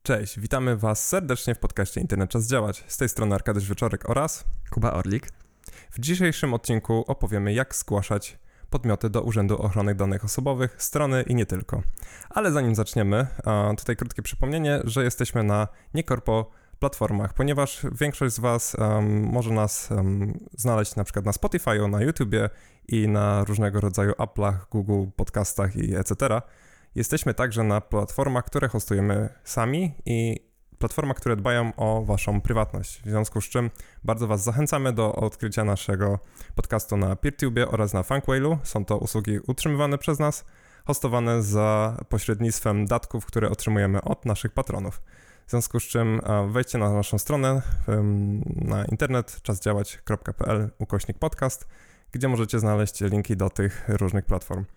Cześć, witamy Was serdecznie w podcaście Internet Czas Działać. Z tej strony Arkadiusz Wieczorek oraz Kuba Orlik. W dzisiejszym odcinku opowiemy, jak zgłaszać podmioty do Urzędu Ochrony Danych Osobowych, strony i nie tylko. Ale zanim zaczniemy, tutaj krótkie przypomnienie, że jesteśmy na niekorpo platformach, ponieważ większość z Was może nas znaleźć na przykład na Spotify'u, na YouTubie i na różnego rodzaju Apple'ach, Google Podcastach i etc. Jesteśmy także na platformach, które hostujemy sami i platformach, które dbają o Waszą prywatność. W związku z czym bardzo Was zachęcamy do odkrycia naszego podcastu na PeerTube oraz na Funkwailu. Są to usługi utrzymywane przez nas, hostowane za pośrednictwem datków, które otrzymujemy od naszych patronów. W związku z czym wejdźcie na naszą stronę na internet czasdziałać.pl/podcast, gdzie możecie znaleźć linki do tych różnych platform.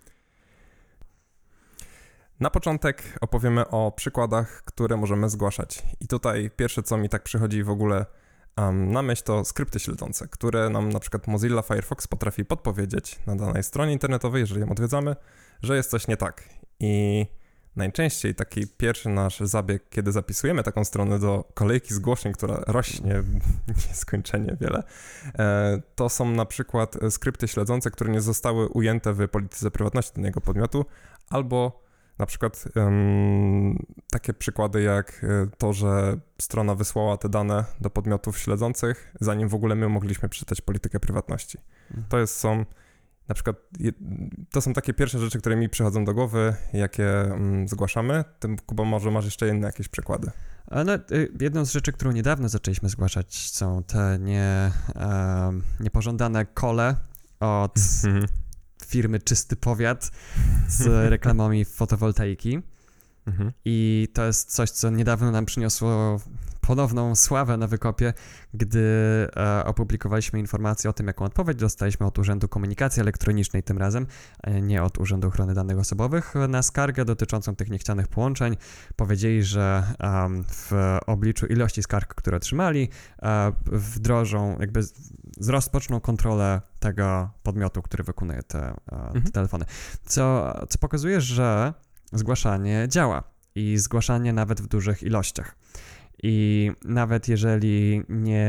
Na początek opowiemy o przykładach, które możemy zgłaszać. I tutaj pierwsze, co mi tak przychodzi w ogóle na myśl, to skrypty śledzące, które nam na przykład Mozilla Firefox potrafi podpowiedzieć na danej stronie internetowej, jeżeli ją odwiedzamy, że jest coś nie tak. I najczęściej taki pierwszy nasz zabieg, kiedy zapisujemy taką stronę do kolejki zgłoszeń, która rośnie nieskończenie wiele, to są na przykład skrypty śledzące, które nie zostały ujęte w polityce prywatności danego podmiotu, albo na przykład takie przykłady jak to, że strona wysłała te dane do podmiotów śledzących, zanim w ogóle my mogliśmy przeczytać politykę prywatności. To są takie pierwsze rzeczy, które mi przychodzą do głowy, jakie zgłaszamy. Kuba, może masz jeszcze inne jakieś przykłady? Jedną z rzeczy, którą niedawno zaczęliśmy zgłaszać, są te niepożądane kole od firmy Czysty Powiat z reklamami fotowoltaiki. I to jest coś, co niedawno nam przyniosło ponowną sławę na Wykopie, gdy opublikowaliśmy informację o tym, jaką odpowiedź dostaliśmy od Urzędu Komunikacji Elektronicznej tym razem, nie od Urzędu Ochrony Danych Osobowych, na skargę dotyczącą tych niechcianych połączeń. Powiedzieli, że w obliczu ilości skarg, które otrzymali, wdrożą, rozpoczną kontrolę tego podmiotu, który wykonuje te telefony. Co pokazuje, że zgłaszanie działa i zgłaszanie nawet w dużych ilościach. I nawet jeżeli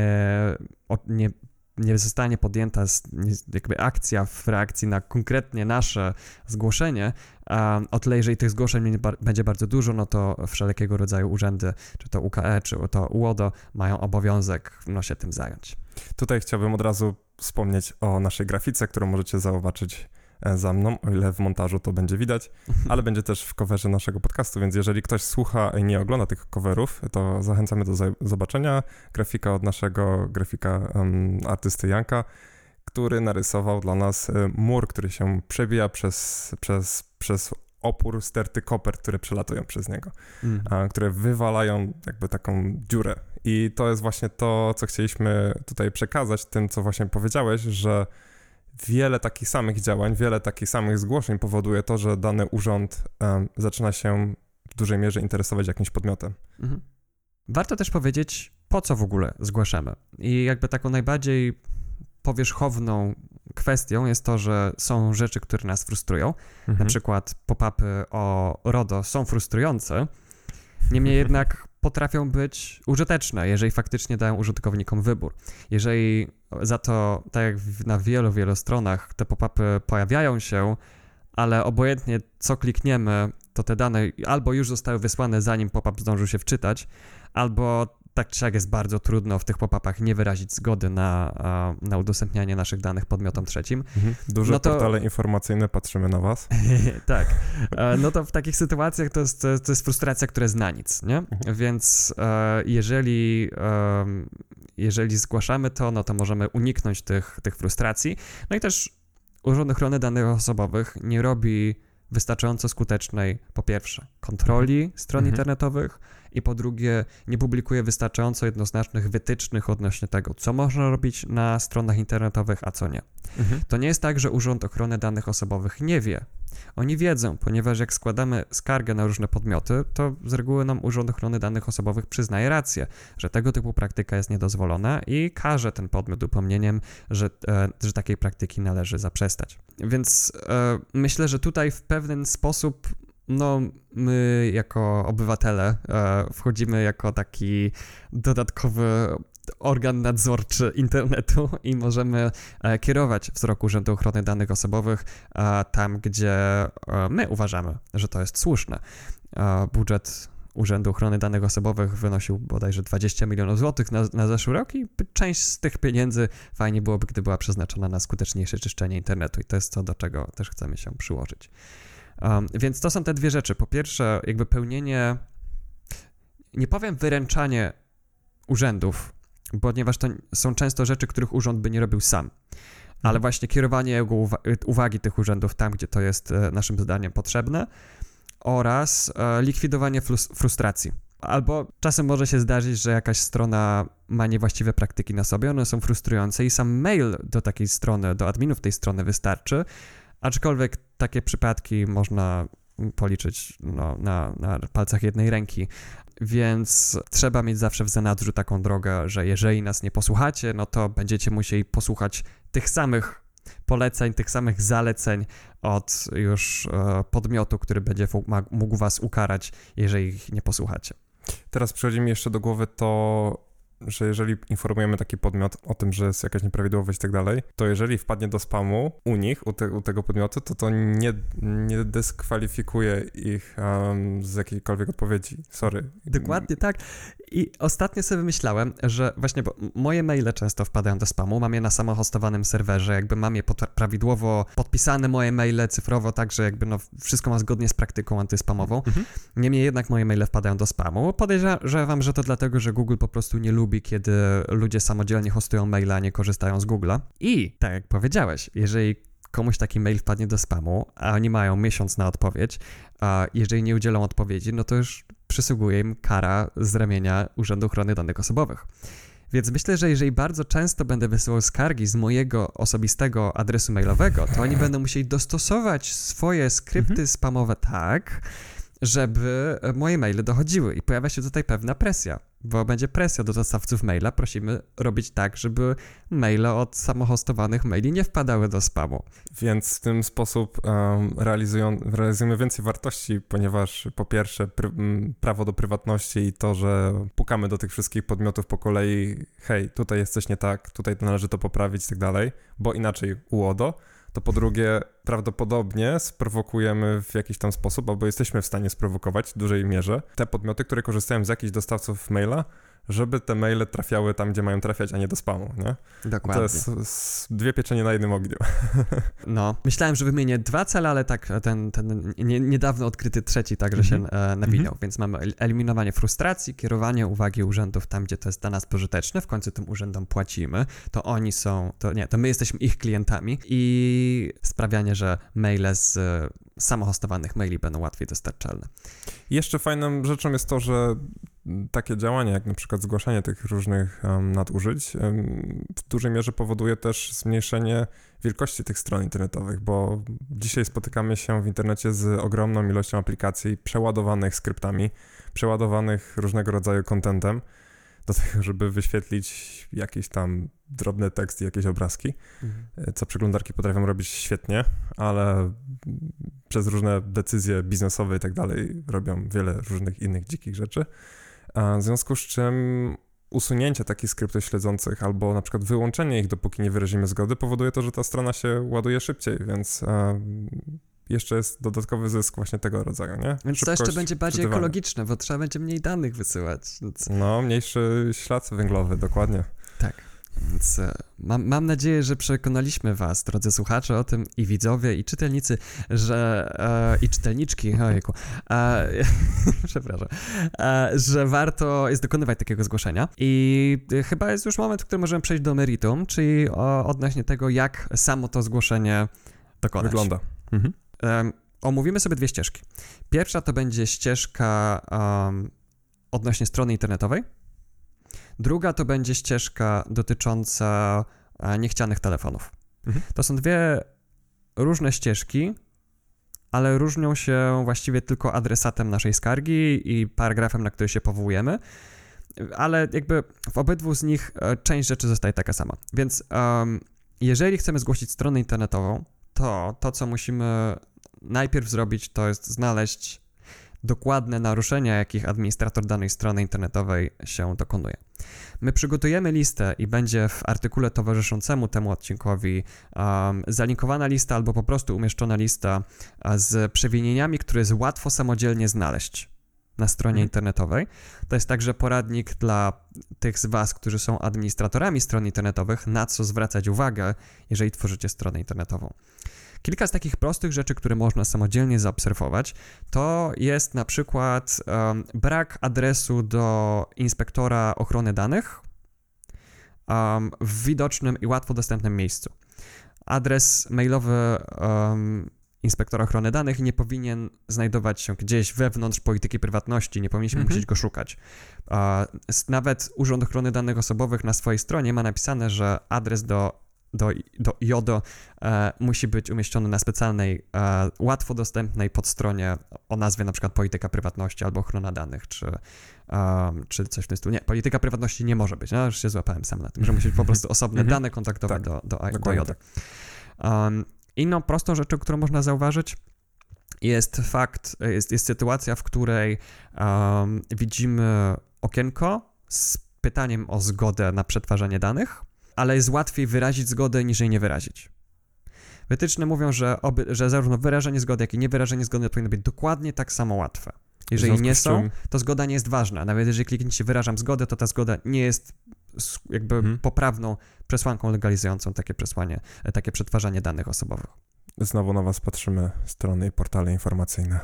nie zostanie podjęta akcja w reakcji na konkretnie nasze zgłoszenie, o tyle jeżeli tych zgłoszeń będzie bardzo dużo, no to wszelkiego rodzaju urzędy, czy to UKE, czy to UODO, mają obowiązek się tym zająć. Tutaj chciałbym od razu wspomnieć o naszej grafice, którą możecie zobaczyć za mną, o ile w montażu to będzie widać, ale będzie też w coverze naszego podcastu, więc jeżeli ktoś słucha i nie ogląda tych coverów, to zachęcamy do zobaczenia. Grafika od naszego grafika artysty Janka, który narysował dla nas mur, który się przebija przez opór sterty kopert, które przelatują przez niego, które wywalają jakby taką dziurę. I to jest właśnie to, co chcieliśmy tutaj przekazać tym, co właśnie powiedziałeś, że wiele takich samych działań, wiele takich samych zgłoszeń powoduje to, że dany urząd zaczyna się w dużej mierze interesować jakimś podmiotem. Warto też powiedzieć, po co w ogóle zgłaszamy. I taką najbardziej powierzchowną kwestią jest to, że są rzeczy, które nas frustrują. Na przykład pop-upy o RODO są frustrujące, niemniej jednak potrafią być użyteczne, jeżeli faktycznie dają użytkownikom wybór. Jeżeli za to, tak jak na wielu stronach, te pop-upy pojawiają się, ale obojętnie co klikniemy, to te dane albo już zostały wysłane, zanim pop-up zdążył się wczytać, albo tak czy siak jest bardzo trudno w tych pop-upach nie wyrazić zgody na udostępnianie naszych danych podmiotom trzecim. Duże portale informacyjne, patrzymy na was. Tak. No to w takich sytuacjach to jest frustracja, która jest na nic, nie? Więc jeżeli zgłaszamy to, no to możemy uniknąć tych frustracji. No i też Urząd Ochrony Danych Osobowych nie robi wystarczająco skutecznej, po pierwsze, kontroli stron internetowych i po drugie, nie publikuje wystarczająco jednoznacznych wytycznych odnośnie tego, co można robić na stronach internetowych, a co nie. To nie jest tak, że Urząd Ochrony Danych Osobowych nie wie. Oni wiedzą, ponieważ jak składamy skargę na różne podmioty, to z reguły nam Urząd Ochrony Danych Osobowych przyznaje rację, że tego typu praktyka jest niedozwolona i karze ten podmiot upomnieniem, że takiej praktyki należy zaprzestać. Więc myślę, że tutaj w pewien sposób No, my jako obywatele wchodzimy jako taki dodatkowy organ nadzorczy internetu i możemy kierować wzrok Urzędu Ochrony Danych Osobowych tam, gdzie my uważamy, że to jest słuszne. Budżet Urzędu Ochrony Danych Osobowych wynosił bodajże 20 milionów złotych na zeszły rok i część z tych pieniędzy fajnie byłoby, gdy była przeznaczona na skuteczniejsze czyszczenie internetu i to jest to, do czego też chcemy się przyłożyć. Więc to są te dwie rzeczy. Po pierwsze, jakby pełnienie, nie powiem wyręczanie urzędów, ponieważ to są często rzeczy, których urząd by nie robił sam, ale właśnie kierowanie uwagi tych urzędów tam, gdzie to jest naszym zdaniem potrzebne oraz likwidowanie frustracji. Albo czasem może się zdarzyć, że jakaś strona ma niewłaściwe praktyki na sobie, one są frustrujące i sam mail do takiej strony, do adminów tej strony wystarczy, aczkolwiek takie przypadki można policzyć na palcach jednej ręki, więc trzeba mieć zawsze w zanadrzu taką drogę, że jeżeli nas nie posłuchacie, no to będziecie musieli posłuchać tych samych poleceń, tych samych zaleceń od już podmiotu, który będzie mógł was ukarać, jeżeli ich nie posłuchacie. Teraz przychodzi mi jeszcze do głowy to, że jeżeli informujemy taki podmiot o tym, że jest jakaś nieprawidłowość i tak dalej, to jeżeli wpadnie do spamu u nich, u tego podmiotu, to nie dyskwalifikuje ich z jakiejkolwiek odpowiedzi. Sorry. Dokładnie tak. I ostatnio sobie myślałem, że właśnie, bo moje maile często wpadają do spamu, mam je na samohostowanym serwerze, jakby mam je prawidłowo podpisane moje maile cyfrowo, tak, że jakby wszystko ma zgodnie z praktyką antyspamową. Niemniej jednak moje maile wpadają do spamu. Podejrzewam, że to dlatego, że Google po prostu nie lubi, kiedy ludzie samodzielnie hostują maila, a nie korzystają z Google'a. I tak jak powiedziałeś, jeżeli komuś taki mail wpadnie do spamu, a oni mają miesiąc na odpowiedź, a jeżeli nie udzielą odpowiedzi, no to już przysługuje im kara z ramienia Urzędu Ochrony Danych Osobowych. Więc myślę, że jeżeli bardzo często będę wysyłał skargi z mojego osobistego adresu mailowego, to oni będą musieli dostosować swoje skrypty spamowe tak, żeby moje maile dochodziły i pojawia się tutaj pewna presja, bo będzie presja do dostawców maila, prosimy robić tak, żeby maile od samohostowanych maili nie wpadały do spamu. Więc w ten sposób realizujemy więcej wartości, ponieważ po pierwsze prawo do prywatności i to, że pukamy do tych wszystkich podmiotów po kolei, hej, tutaj jest coś nie tak, tutaj należy to poprawić i tak dalej, bo inaczej UODO, to po drugie prawdopodobnie sprowokujemy w jakiś tam sposób, albo jesteśmy w stanie sprowokować w dużej mierze te podmioty, które korzystają z jakichś dostawców maila, żeby te maile trafiały tam, gdzie mają trafiać, a nie do spamu, nie? Dokładnie. To jest dwie pieczenie na jednym ogniu. No, myślałem, że wymienię dwa cele, ale tak ten niedawno odkryty trzeci także się nawinął, więc mamy eliminowanie frustracji, kierowanie uwagi urzędów tam, gdzie to jest dla nas pożyteczne, w końcu tym urzędom płacimy, to my jesteśmy ich klientami i sprawianie, że maile z samohostowanych maili będą łatwiej dostarczalne. Jeszcze fajną rzeczą jest to, że takie działanie, jak na przykład zgłaszanie tych różnych nadużyć, w dużej mierze powoduje też zmniejszenie wielkości tych stron internetowych, bo dzisiaj spotykamy się w internecie z ogromną ilością aplikacji przeładowanych skryptami, przeładowanych różnego rodzaju contentem, do tego, żeby wyświetlić jakieś tam drobne teksty, jakieś obrazki, co przeglądarki potrafią robić świetnie, ale przez różne decyzje biznesowe i tak dalej robią wiele różnych innych dzikich rzeczy. W związku z czym usunięcie takich skryptów śledzących albo na przykład wyłączenie ich, dopóki nie wyrazimy zgody, powoduje to, że ta strona się ładuje szybciej, więc jeszcze jest dodatkowy zysk właśnie tego rodzaju, nie? Więc Szybkość to jeszcze będzie bardziej wczytywania. ekologiczne, bo trzeba będzie mniej danych wysyłać. Więc... No, mniejszy ślad węglowy, dokładnie. Tak. Więc mam nadzieję, że przekonaliśmy was, drodzy słuchacze, o tym i widzowie, i czytelnicy, i czytelniczki, ojejku, przepraszam, że warto jest dokonywać takiego zgłoszenia i chyba jest już moment, w którym możemy przejść do meritum, czyli odnośnie tego, jak samo to zgłoszenie dokonać. Wygląda. Omówimy sobie dwie ścieżki. Pierwsza to będzie ścieżka odnośnie strony internetowej. Druga to będzie ścieżka dotycząca niechcianych telefonów. To są dwie różne ścieżki, ale różnią się właściwie tylko adresatem naszej skargi i paragrafem, na który się powołujemy, ale jakby w obydwu z nich część rzeczy zostaje taka sama. Więc jeżeli chcemy zgłosić stronę internetową, to co musimy najpierw zrobić, to jest znaleźć dokładne naruszenia, jakich administrator danej strony internetowej się dokonuje. My przygotujemy listę i będzie w artykule towarzyszącemu temu odcinkowi zalinkowana lista albo po prostu umieszczona lista z przewinieniami, które jest łatwo samodzielnie znaleźć na stronie internetowej. To jest także poradnik dla tych z Was, którzy są administratorami stron internetowych, na co zwracać uwagę, jeżeli tworzycie stronę internetową. Kilka z takich prostych rzeczy, które można samodzielnie zaobserwować, to jest na przykład brak adresu do inspektora ochrony danych w widocznym i łatwo dostępnym miejscu. Adres mailowy inspektora ochrony danych nie powinien znajdować się gdzieś wewnątrz polityki prywatności, nie powinniśmy musieć go szukać. Nawet Urząd Ochrony Danych Osobowych na swojej stronie ma napisane, że adres do IODO musi być umieszczony na specjalnej, łatwo dostępnej podstronie o nazwie na przykład polityka prywatności albo ochrona danych, czy coś w tym stylu. Nie, polityka prywatności nie może być, no już się złapałem sam na tym, że musi być po prostu osobne dane kontaktowe do IODO. Inną prostą rzeczą, którą można zauważyć, jest sytuacja, w której widzimy okienko z pytaniem o zgodę na przetwarzanie danych, ale jest łatwiej wyrazić zgodę niż jej nie wyrazić. Wytyczne mówią, że zarówno wyrażenie zgody, jak i niewyrażenie zgody powinno być dokładnie tak samo łatwe. Jeżeli nie są, to zgoda nie jest ważna. Nawet jeżeli klikniecie wyrażam zgodę, to ta zgoda nie jest jakby poprawną przesłanką legalizującą takie przetwarzanie danych osobowych. Znowu na Was patrzymy, strony i portale informacyjne.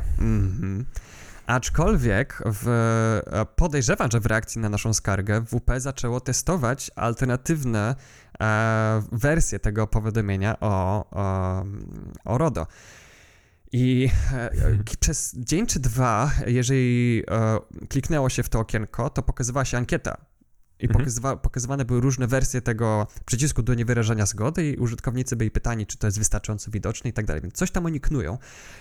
Aczkolwiek podejrzewam, że w reakcji na naszą skargę WP zaczęło testować alternatywne wersje tego powiadomienia o RODO. I przez dzień czy dwa, jeżeli kliknęło się w to okienko, to pokazywała się ankieta. I pokazywane były różne wersje tego przycisku do niewyrażania zgody i użytkownicy byli pytani, czy to jest wystarczająco widoczne i tak dalej, więc coś tam oni knują.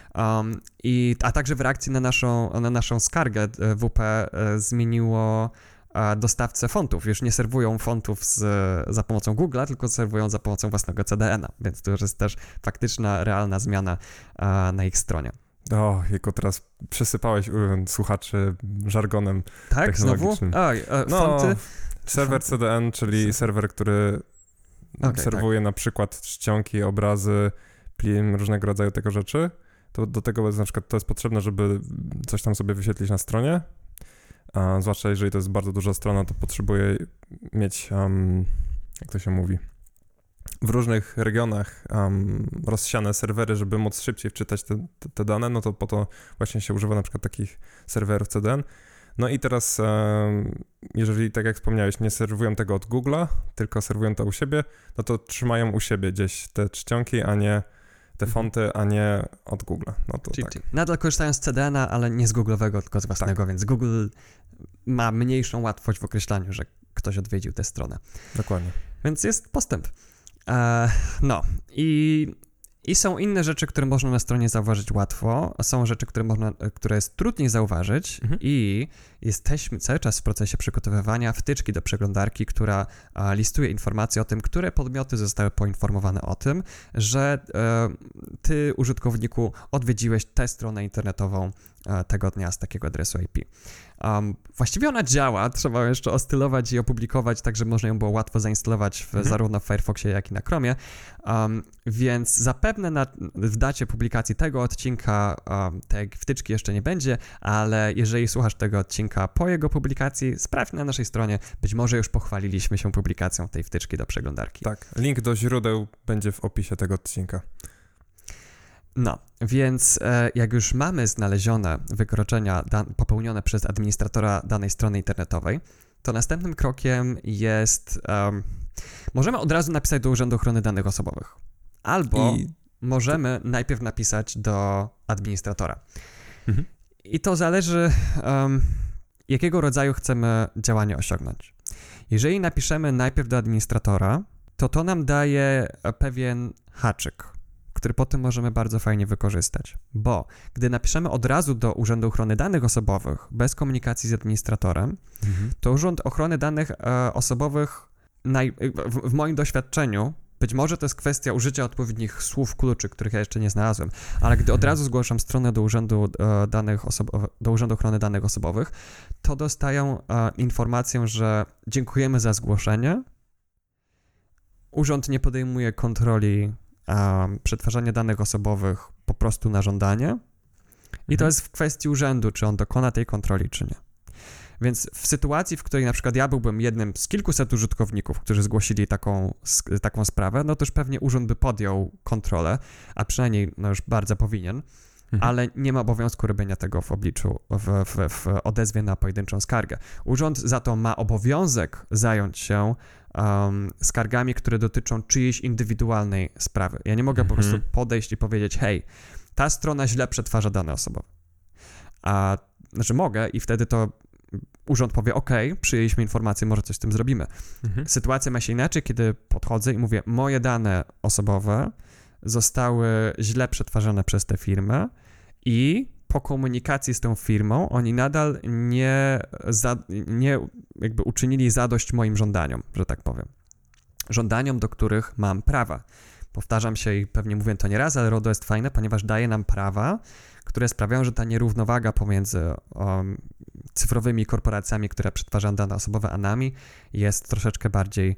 A także w reakcji na naszą skargę WP zmieniło dostawcę fontów. Już nie serwują fontów za pomocą Google'a, tylko serwują za pomocą własnego CDN-a, więc to już jest też faktyczna, realna zmiana na ich stronie. O, jako teraz przesypałeś słuchaczy żargonem technologicznym. Znowu? Fonty? Serwer CDN, czyli serwer, który serwuje na przykład czcionki, obrazy, plin, różnego rodzaju tego rzeczy. To do tego na przykład to jest potrzebne, żeby coś tam sobie wyświetlić na stronie. Zwłaszcza jeżeli to jest bardzo duża strona, to potrzebuje mieć, jak to się mówi, w różnych regionach rozsiane serwery, żeby móc szybciej wczytać te dane, no to po to właśnie się używa na przykład takich serwerów CDN. No i teraz, jeżeli, tak jak wspomniałeś, nie serwują tego od Google'a, tylko serwują to u siebie, no to trzymają u siebie gdzieś te czcionki, a nie te fonty, a nie od Google'a. No to czyli nadal korzystają z CDN-a, ale nie z Google'owego, tylko z własnego, więc Google ma mniejszą łatwość w określaniu, że ktoś odwiedził tę stronę. Dokładnie. Więc jest postęp. I są inne rzeczy, które można na stronie zauważyć łatwo, a są rzeczy, które jest trudniej zauważyć i jesteśmy cały czas w procesie przygotowywania wtyczki do przeglądarki, która listuje informacje o tym, które podmioty zostały poinformowane o tym, że ty, użytkowniku, odwiedziłeś tę stronę internetową tego dnia z takiego adresu IP. Właściwie ona działa, trzeba jeszcze ostylować i opublikować, tak żeby można ją było łatwo zainstalować zarówno w Firefoxie, jak i na Chromie, więc zapewne w dacie publikacji tego odcinka tej wtyczki jeszcze nie będzie, ale jeżeli słuchasz tego odcinka po jego publikacji, sprawdź na naszej stronie, być może już pochwaliliśmy się publikacją tej wtyczki do przeglądarki. Tak, link do źródeł będzie w opisie tego odcinka. No, więc jak już mamy znalezione wykroczenia popełnione przez administratora danej strony internetowej, to następnym krokiem jest, możemy od razu napisać do Urzędu Ochrony Danych Osobowych, albo możemy najpierw napisać do administratora. I to zależy, jakiego rodzaju chcemy działanie osiągnąć. Jeżeli napiszemy najpierw do administratora, to nam daje pewien haczyk, który potem możemy bardzo fajnie wykorzystać, bo gdy napiszemy od razu do Urzędu Ochrony Danych Osobowych bez komunikacji z administratorem, to Urząd Ochrony Danych Osobowych w moim doświadczeniu Być może to jest kwestia użycia odpowiednich słów kluczy, których ja jeszcze nie znalazłem, ale gdy od razu zgłaszam stronę do Urzędu do Urzędu Ochrony Danych Osobowych, to dostają informację, że dziękujemy za zgłoszenie. Urząd nie podejmuje kontroli przetwarzania danych osobowych po prostu na żądanie i to jest w kwestii urzędu, czy on dokona tej kontroli, czy nie. Więc w sytuacji, w której na przykład ja byłbym jednym z kilkuset użytkowników, którzy zgłosili taką sprawę, no to już pewnie urząd by podjął kontrolę, a przynajmniej no już bardzo powinien, ale nie ma obowiązku robienia tego w obliczu, w odezwie na pojedynczą skargę. Urząd za to ma obowiązek zająć się skargami, które dotyczą czyjejś indywidualnej sprawy. Ja nie mogę po prostu podejść i powiedzieć, hej, ta strona źle przetwarza dane osobowe. Znaczy mogę i wtedy to urząd powie, przyjęliśmy informację, może coś z tym zrobimy. Sytuacja ma się inaczej, kiedy podchodzę i mówię, moje dane osobowe zostały źle przetwarzane przez tę firmę i po komunikacji z tą firmą oni nadal nie jakby uczynili zadość moim żądaniom, że tak powiem. Żądaniom, do których mam prawa. Powtarzam się i pewnie mówię to nieraz, ale RODO jest fajne, ponieważ daje nam prawa, które sprawiają, że ta nierównowaga pomiędzy cyfrowymi korporacjami, które przetwarzają dane osobowe, a nami jest troszeczkę bardziej,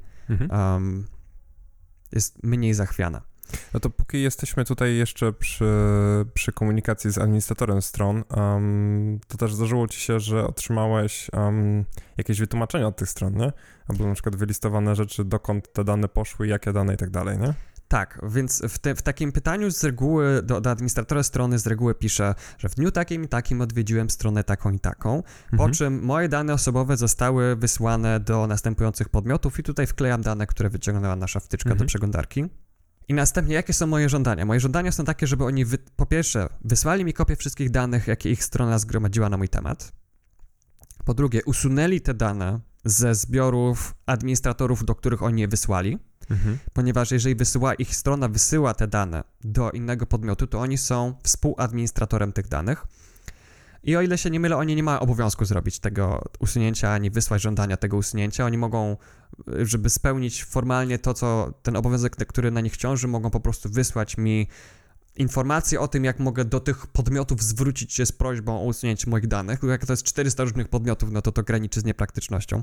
jest mniej zachwiana. No to póki jesteśmy tutaj jeszcze przy komunikacji z administratorem stron, to też zdarzyło ci się, że otrzymałeś jakieś wytłumaczenia od tych stron, nie? Albo na przykład wylistowane rzeczy, dokąd te dane poszły, jakie dane i tak dalej, nie? Tak, więc w takim pytaniu z reguły do administratora strony z reguły piszę, że w dniu takim i takim odwiedziłem stronę taką i taką, po czym moje dane osobowe zostały wysłane do następujących podmiotów i tutaj wklejam dane, które wyciągnęła nasza wtyczka do przeglądarki. I następnie, jakie są moje żądania? Moje żądania są takie, żeby oni po pierwsze wysłali mi kopię wszystkich danych, jakie ich strona zgromadziła na mój temat. Po drugie, usunęli te dane ze zbiorów administratorów, do których oni je wysłali, ponieważ jeżeli ich strona wysyła te dane do innego podmiotu, to oni są współadministratorem tych danych. I o ile się nie mylę, oni nie mają obowiązku zrobić tego usunięcia, ani wysłać żądania tego usunięcia. Oni mogą, żeby spełnić formalnie ten obowiązek, który na nich ciąży, mogą po prostu wysłać mi informacje o tym, jak mogę do tych podmiotów zwrócić się z prośbą o usunięcie moich danych. Jak to jest 400 różnych podmiotów, no to graniczy z niepraktycznością.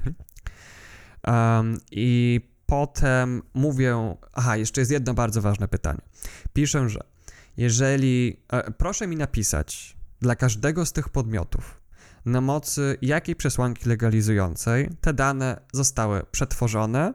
I potem mówię, jeszcze jest jedno bardzo ważne pytanie. Piszę, że proszę mi napisać dla każdego z tych podmiotów, na mocy jakiej przesłanki legalizującej te dane zostały przetworzone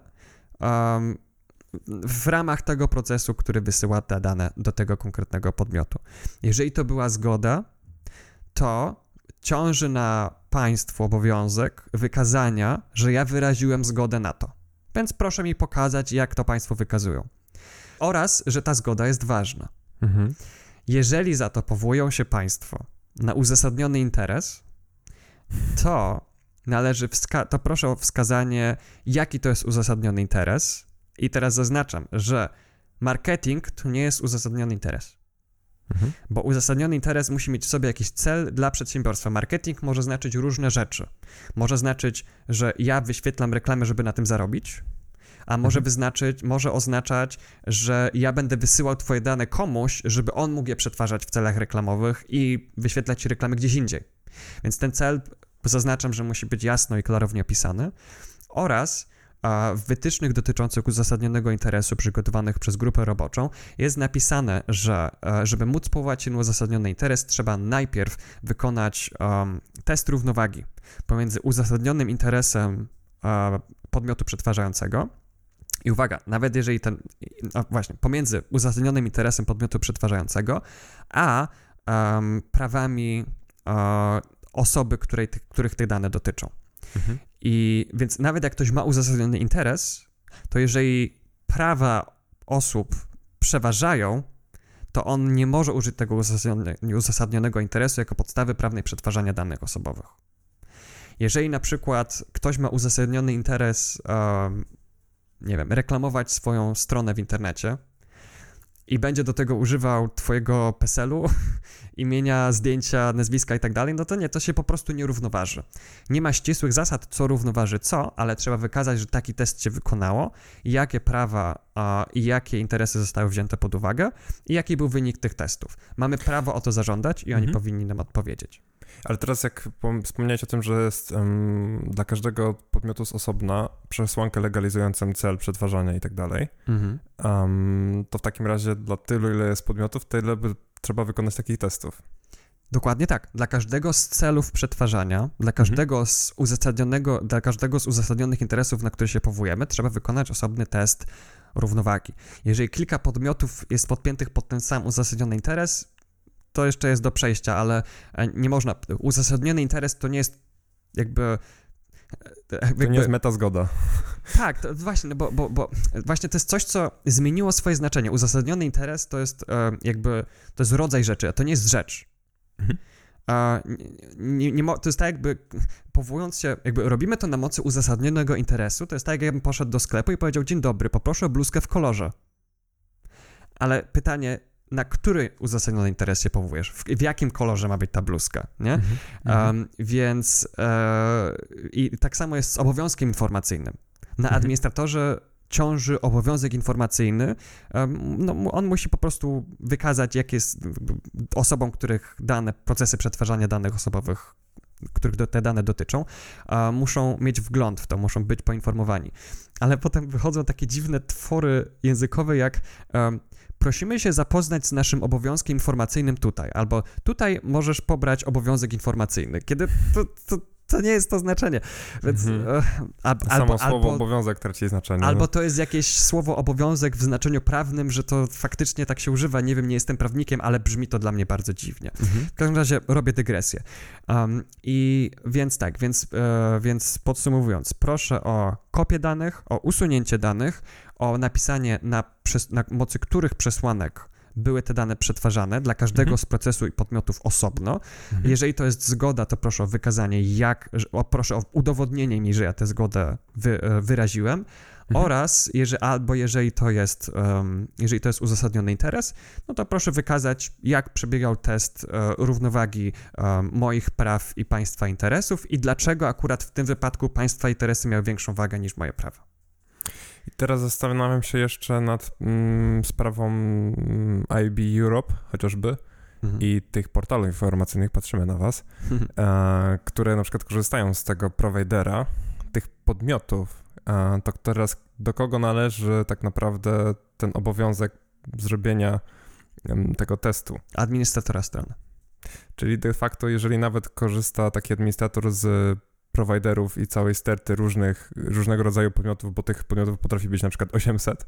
w ramach tego procesu, który wysyła te dane do tego konkretnego podmiotu. Jeżeli to była zgoda, to ciąży na państwu obowiązek wykazania, że ja wyraziłem zgodę na to. Więc proszę mi pokazać, jak to państwo wykazują. Oraz, że ta zgoda jest ważna. Jeżeli za to powołują się państwo na uzasadniony interes, to to proszę o wskazanie, jaki to jest uzasadniony interes. I teraz zaznaczam, że marketing to nie jest uzasadniony interes. Bo uzasadniony interes musi mieć w sobie jakiś cel dla przedsiębiorstwa. Marketing może znaczyć różne rzeczy. Może znaczyć, że ja wyświetlam reklamę, żeby na tym zarobić, a może oznaczać, że ja będę wysyłał twoje dane komuś, żeby on mógł je przetwarzać w celach reklamowych i wyświetlać ci reklamy gdzieś indziej. Więc ten cel, zaznaczam, że musi być jasno i klarownie opisany. Oraz w wytycznych dotyczących uzasadnionego interesu przygotowanych przez grupę roboczą jest napisane, że żeby móc powołać się na uzasadniony interes, trzeba najpierw wykonać test równowagi pomiędzy uzasadnionym interesem podmiotu przetwarzającego i uwaga, nawet jeżeli pomiędzy uzasadnionym interesem podmiotu przetwarzającego a prawami osoby, których te dane dotyczą. I więc nawet jak ktoś ma uzasadniony interes, to jeżeli prawa osób przeważają, to on nie może użyć tego uzasadnionego interesu jako podstawy prawnej przetwarzania danych osobowych. Jeżeli na przykład ktoś ma uzasadniony interes, reklamować swoją stronę w internecie i będzie do tego używał twojego PESEL-u, imienia, zdjęcia, nazwiska i tak dalej, no to nie, to się po prostu nie równoważy. Nie ma ścisłych zasad, co równoważy co, ale trzeba wykazać, że taki test się wykonało, jakie prawa i jakie interesy zostały wzięte pod uwagę i jaki był wynik tych testów. Mamy prawo o to zażądać i oni powinni nam odpowiedzieć. Ale teraz jak wspomniałeś o tym, że jest dla każdego podmiotu z osobna przesłankę legalizującą cel przetwarzania i tak dalej, to w takim razie dla tylu, ile jest podmiotów, tyle by trzeba wykonać takich testów. Dokładnie tak. Dla każdego z celów przetwarzania, dla każdego z uzasadnionych interesów, na które się powołujemy, trzeba wykonać osobny test równowagi. Jeżeli kilka podmiotów jest podpiętych pod ten sam uzasadniony interes, to jeszcze jest do przejścia, ale nie można. Uzasadniony interes to nie jest jakby... To nie jest metazgoda. Tak, to właśnie, no bo właśnie to jest coś, co zmieniło swoje znaczenie. Uzasadniony interes to jest to jest rodzaj rzeczy, a to nie jest rzecz. To jest tak jakby, powołując się, jakby robimy to na mocy uzasadnionego interesu, to jest tak jakbym poszedł do sklepu i powiedział: dzień dobry, poproszę o bluzkę w kolorze. Ale pytanie, na który uzasadniony interes się powołujesz? W jakim kolorze ma być ta bluzka, nie? Więc i tak samo jest z obowiązkiem informacyjnym. Na administratorze ciąży obowiązek informacyjny, on musi po prostu wykazać, jak jest osobom, których procesy przetwarzania danych osobowych, których te dane dotyczą, muszą mieć wgląd w to, muszą być poinformowani. Ale potem wychodzą takie dziwne twory językowe, jak prosimy się zapoznać z naszym obowiązkiem informacyjnym tutaj, albo tutaj możesz pobrać obowiązek informacyjny, kiedy to nie jest to znaczenie. Więc, Samo słowo obowiązek traci znaczenie. Albo to jest jakieś słowo obowiązek w znaczeniu prawnym, że to faktycznie tak się używa. Nie wiem, nie jestem prawnikiem, ale brzmi to dla mnie bardzo dziwnie. W każdym razie robię dygresję. Więc podsumowując, proszę o kopię danych, o usunięcie danych, o napisanie na mocy których przesłanek były te dane przetwarzane dla każdego z procesu i podmiotów osobno. Jeżeli to jest zgoda, to proszę o wykazanie, proszę o udowodnienie mi, że ja tę zgodę wyraziłem, oraz jeżeli to jest uzasadniony interes, no to proszę wykazać, jak przebiegał test równowagi moich praw i państwa interesów i dlaczego akurat w tym wypadku państwa interesy miały większą wagę niż moje prawa. I teraz zastanawiam się jeszcze nad sprawą IB Europe chociażby i tych portalów informacyjnych, patrzymy na was, które na przykład korzystają z tego prowajdera, tych podmiotów. To teraz do kogo należy tak naprawdę ten obowiązek zrobienia tego testu? Administratora strony. Czyli de facto, jeżeli nawet korzysta taki administrator z prowajderów i całej sterty różnego rodzaju podmiotów, bo tych podmiotów potrafi być na przykład 800,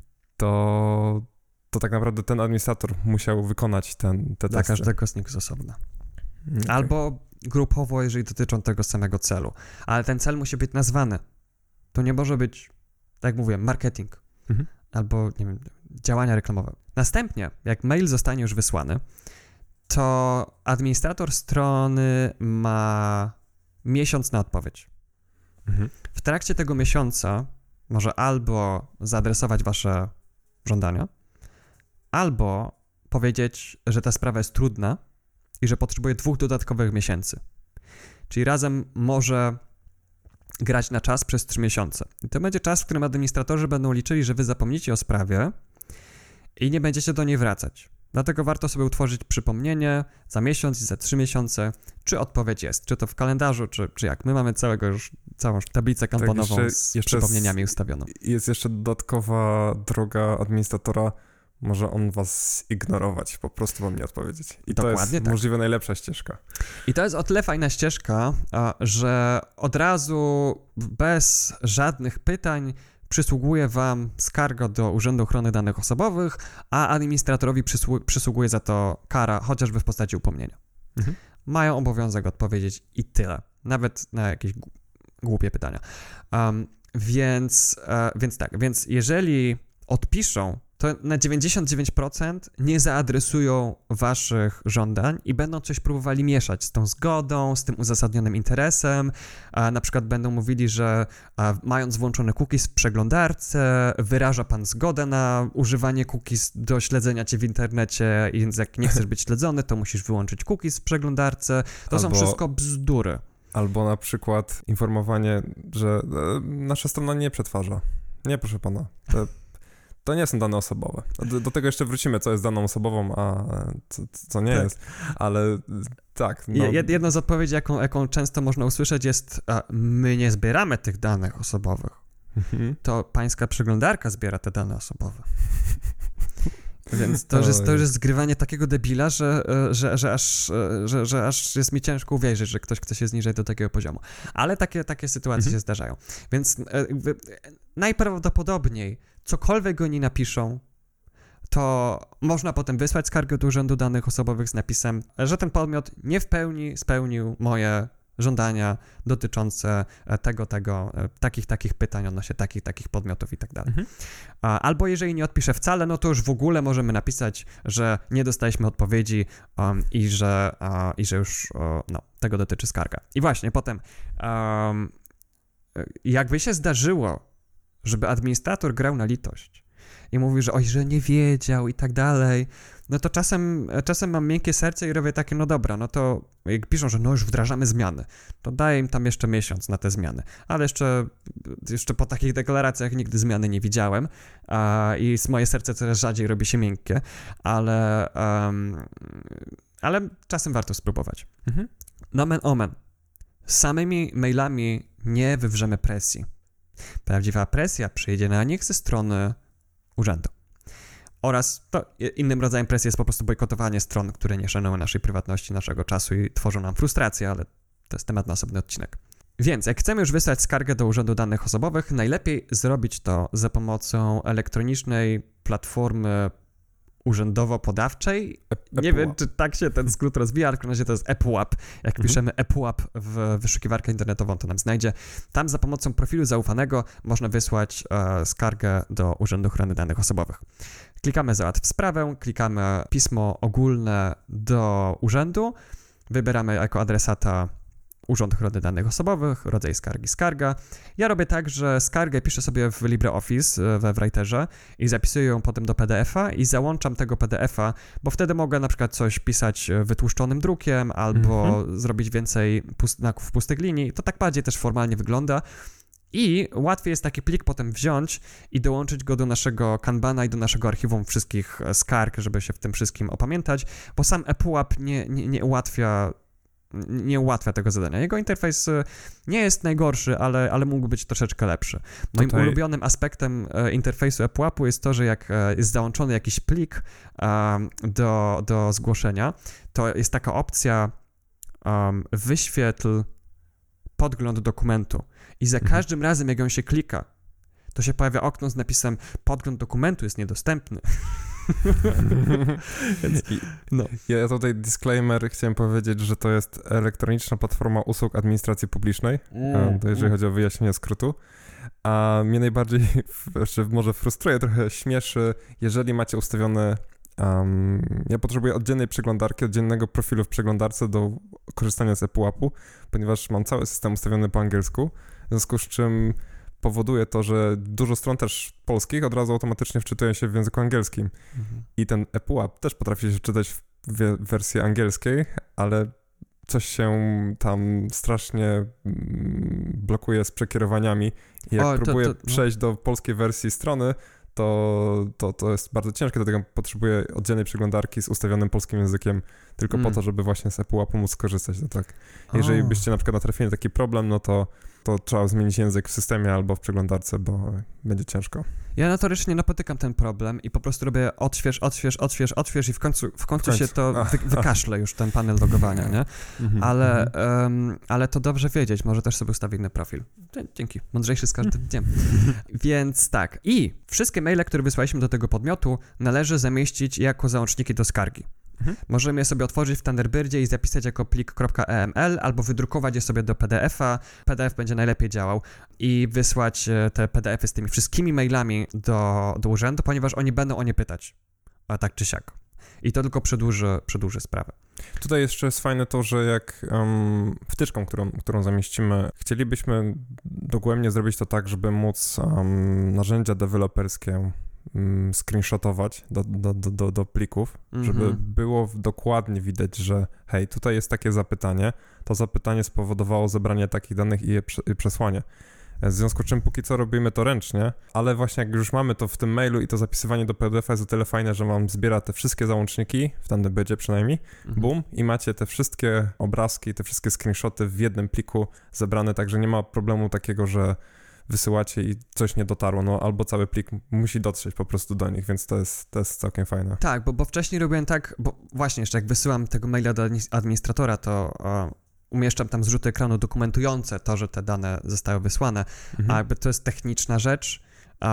to tak naprawdę ten administrator musiał wykonać te testy. Dla każdego z nich z osobna. Okay. Albo grupowo, jeżeli dotyczą tego samego celu. Ale ten cel musi być nazwany. To nie może być, tak jak mówię, marketing albo, nie wiem, działania reklamowe. Następnie, jak mail zostanie już wysłany, to administrator strony ma miesiąc na odpowiedź. W trakcie tego miesiąca może albo zaadresować wasze żądania, albo powiedzieć, że ta sprawa jest trudna i że potrzebuje 2 dodatkowych miesięcy. Czyli razem może grać na czas przez 3 miesiące. I to będzie czas, w którym administratorzy będą liczyli, że wy zapomnicie o sprawie i nie będziecie do niej wracać. Dlatego warto sobie utworzyć przypomnienie za miesiąc i za 3 miesiące, czy odpowiedź jest, czy to w kalendarzu, czy jak. My mamy całą tablicę kanbanową z przypomnieniami ustawioną. Jest jeszcze dodatkowa droga administratora, może on was ignorować, po prostu wam nie odpowiedzieć. I dokładnie to jest możliwie najlepsza ścieżka. I to jest o tyle fajna ścieżka, że od razu, bez żadnych pytań, przysługuje wam skarga do Urzędu Ochrony Danych Osobowych, a administratorowi przysługuje za to kara, chociażby w postaci upomnienia. Mają obowiązek odpowiedzieć i tyle. Nawet na jakieś głupie pytania. Więc jeżeli odpiszą to na 99% nie zaadresują waszych żądań i będą coś próbowali mieszać z tą zgodą, z tym uzasadnionym interesem. Na przykład będą mówili, że mając włączone cookies w przeglądarce, wyraża pan zgodę na używanie cookies do śledzenia cię w internecie, i więc jak nie chcesz być śledzony, to musisz wyłączyć cookies w przeglądarce. To są wszystko bzdury. Albo na przykład informowanie, że nasza strona nie przetwarza. Nie, proszę pana. To nie są dane osobowe. Do tego jeszcze wrócimy, co jest daną osobową, a co nie jest. Ale tak. No. Jedna z odpowiedzi, jaką często można usłyszeć, jest: my nie zbieramy tych danych osobowych. To pańska przeglądarka zbiera te dane osobowe. Więc to już jest zgrywanie takiego debila, że aż jest mi ciężko uwierzyć, że ktoś chce się zniżyć do takiego poziomu. Ale takie sytuacje się zdarzają. Więc najprawdopodobniej cokolwiek oni napiszą, to można potem wysłać skargę do Urzędu Danych Osobowych z napisem, że ten podmiot nie w pełni spełnił moje żądania dotyczące takich pytań odnośnie takich podmiotów i tak dalej. Albo jeżeli nie odpiszę wcale, no to już w ogóle możemy napisać, że nie dostaliśmy odpowiedzi i że już tego dotyczy skarga. I właśnie potem jakby się zdarzyło, żeby administrator grał na litość i mówi, że że nie wiedział i tak dalej, no to czasem mam miękkie serce i robię takie, no dobra, no to jak piszą, że już wdrażamy zmiany, to daję im tam jeszcze miesiąc na te zmiany, ale jeszcze po takich deklaracjach nigdy zmiany nie widziałem i moje serce coraz rzadziej robi się miękkie, ale czasem warto spróbować. Nomen omen. Samymi mailami nie wywrzemy presji. Prawdziwa presja przyjdzie na nich ze strony urzędu. Oraz innym rodzajem presji jest po prostu bojkotowanie stron, które nie szanują naszej prywatności, naszego czasu i tworzą nam frustrację, ale to jest temat na osobny odcinek. Więc jak chcemy już wysłać skargę do Urzędu Danych Osobowych, najlepiej zrobić to za pomocą elektronicznej platformy urzędowo-podawczej. Nie wiem, czy tak się ten skrót rozwija, ale w każdym razie to jest ePUAP. Jak piszemy ePUAP w wyszukiwarkę internetową, to nam znajdzie. Tam za pomocą profilu zaufanego można wysłać skargę do Urzędu Ochrony Danych Osobowych. Klikamy załatw sprawę, klikamy pismo ogólne do urzędu, wybieramy jako adresata Urząd Ochrony Danych Osobowych, rodzaj skargi, skarga. Ja robię tak, że skargę piszę sobie w LibreOffice, we Writerze i zapisuję ją potem do PDF-a i załączam tego PDF-a, bo wtedy mogę na przykład coś pisać wytłuszczonym drukiem albo zrobić więcej znaków pustych linii. To tak bardziej też formalnie wygląda. I łatwiej jest taki plik potem wziąć i dołączyć go do naszego Kanbana i do naszego archiwum wszystkich skarg, żeby się w tym wszystkim opamiętać, bo sam ePUAP nie ułatwia tego zadania. Jego interfejs nie jest najgorszy, ale mógłby być troszeczkę lepszy. Moim ulubionym aspektem interfejsu ePUAP-u jest to, że jak jest załączony jakiś plik do zgłoszenia, to jest taka opcja wyświetl podgląd dokumentu i za każdym razem, jak on się klika, to się pojawia okno z napisem podgląd dokumentu jest niedostępny. Ja tutaj disclaimer chciałem powiedzieć, że to jest elektroniczna platforma usług administracji publicznej, to jeżeli chodzi o wyjaśnienie skrótu. A mnie najbardziej, może frustruje, trochę śmieszy, jeżeli macie ustawione ja potrzebuję oddzielnej przeglądarki, oddzielnego profilu w przeglądarce do korzystania z ePUAP-u, ponieważ mam cały system ustawiony po angielsku, w związku z czym powoduje to, że dużo stron też polskich od razu automatycznie wczytuje się w języku angielskim. I ten ePUAP też potrafi się czytać w wersji angielskiej, ale coś się tam strasznie blokuje z przekierowaniami i jak próbuję przejść do polskiej wersji strony, to jest bardzo ciężkie, dlatego potrzebuję oddzielnej przeglądarki z ustawionym polskim językiem tylko po to, żeby właśnie z ePUAP-u móc skorzystać. To tak. Jeżeli byście na przykład natrafili na taki problem, no to trzeba zmienić język w systemie albo w przeglądarce, bo będzie ciężko. Ja notorycznie napotykam ten problem i po prostu robię odśwież i w końcu się to wykaszle już ten panel logowania, nie? Ale to dobrze wiedzieć, może też sobie ustawię inny profil. Dzięki, mądrzejszy z każdym dniem. Więc tak, i wszystkie maile, które wysłaliśmy do tego podmiotu, należy zamieścić jako załączniki do skargi. Możemy je sobie otworzyć w Thunderbirdzie i zapisać jako plik .eml albo wydrukować je sobie do PDF-a. PDF będzie najlepiej działał i wysłać te PDF-y z tymi wszystkimi mailami do urzędu, ponieważ oni będą o nie pytać, a tak czy siak. I to tylko przedłuży sprawę. Tutaj jeszcze jest fajne to, że jak wtyczką, którą zamieścimy, chcielibyśmy dogłębnie zrobić to tak, żeby móc narzędzia deweloperskie screenshotować do plików, żeby było dokładnie widać, że hej, tutaj jest takie zapytanie, to zapytanie spowodowało zebranie takich danych i je przesłanie. W związku z czym póki co robimy to ręcznie, ale właśnie jak już mamy to w tym mailu i to zapisywanie do PDF-a jest o tyle fajne, że wam zbiera te wszystkie załączniki, w Thunderbirdzie przynajmniej, boom, i macie te wszystkie obrazki, te wszystkie screenshoty w jednym pliku zebrane, także nie ma problemu takiego, że wysyłacie i coś nie dotarło, no albo cały plik musi dotrzeć po prostu do nich, więc to jest całkiem fajne. Tak, bo wcześniej robiłem tak, bo właśnie jeszcze jak wysyłam tego maila do administratora, to umieszczam tam zrzuty ekranu dokumentujące to, że te dane zostały wysłane, a jakby to jest techniczna rzecz,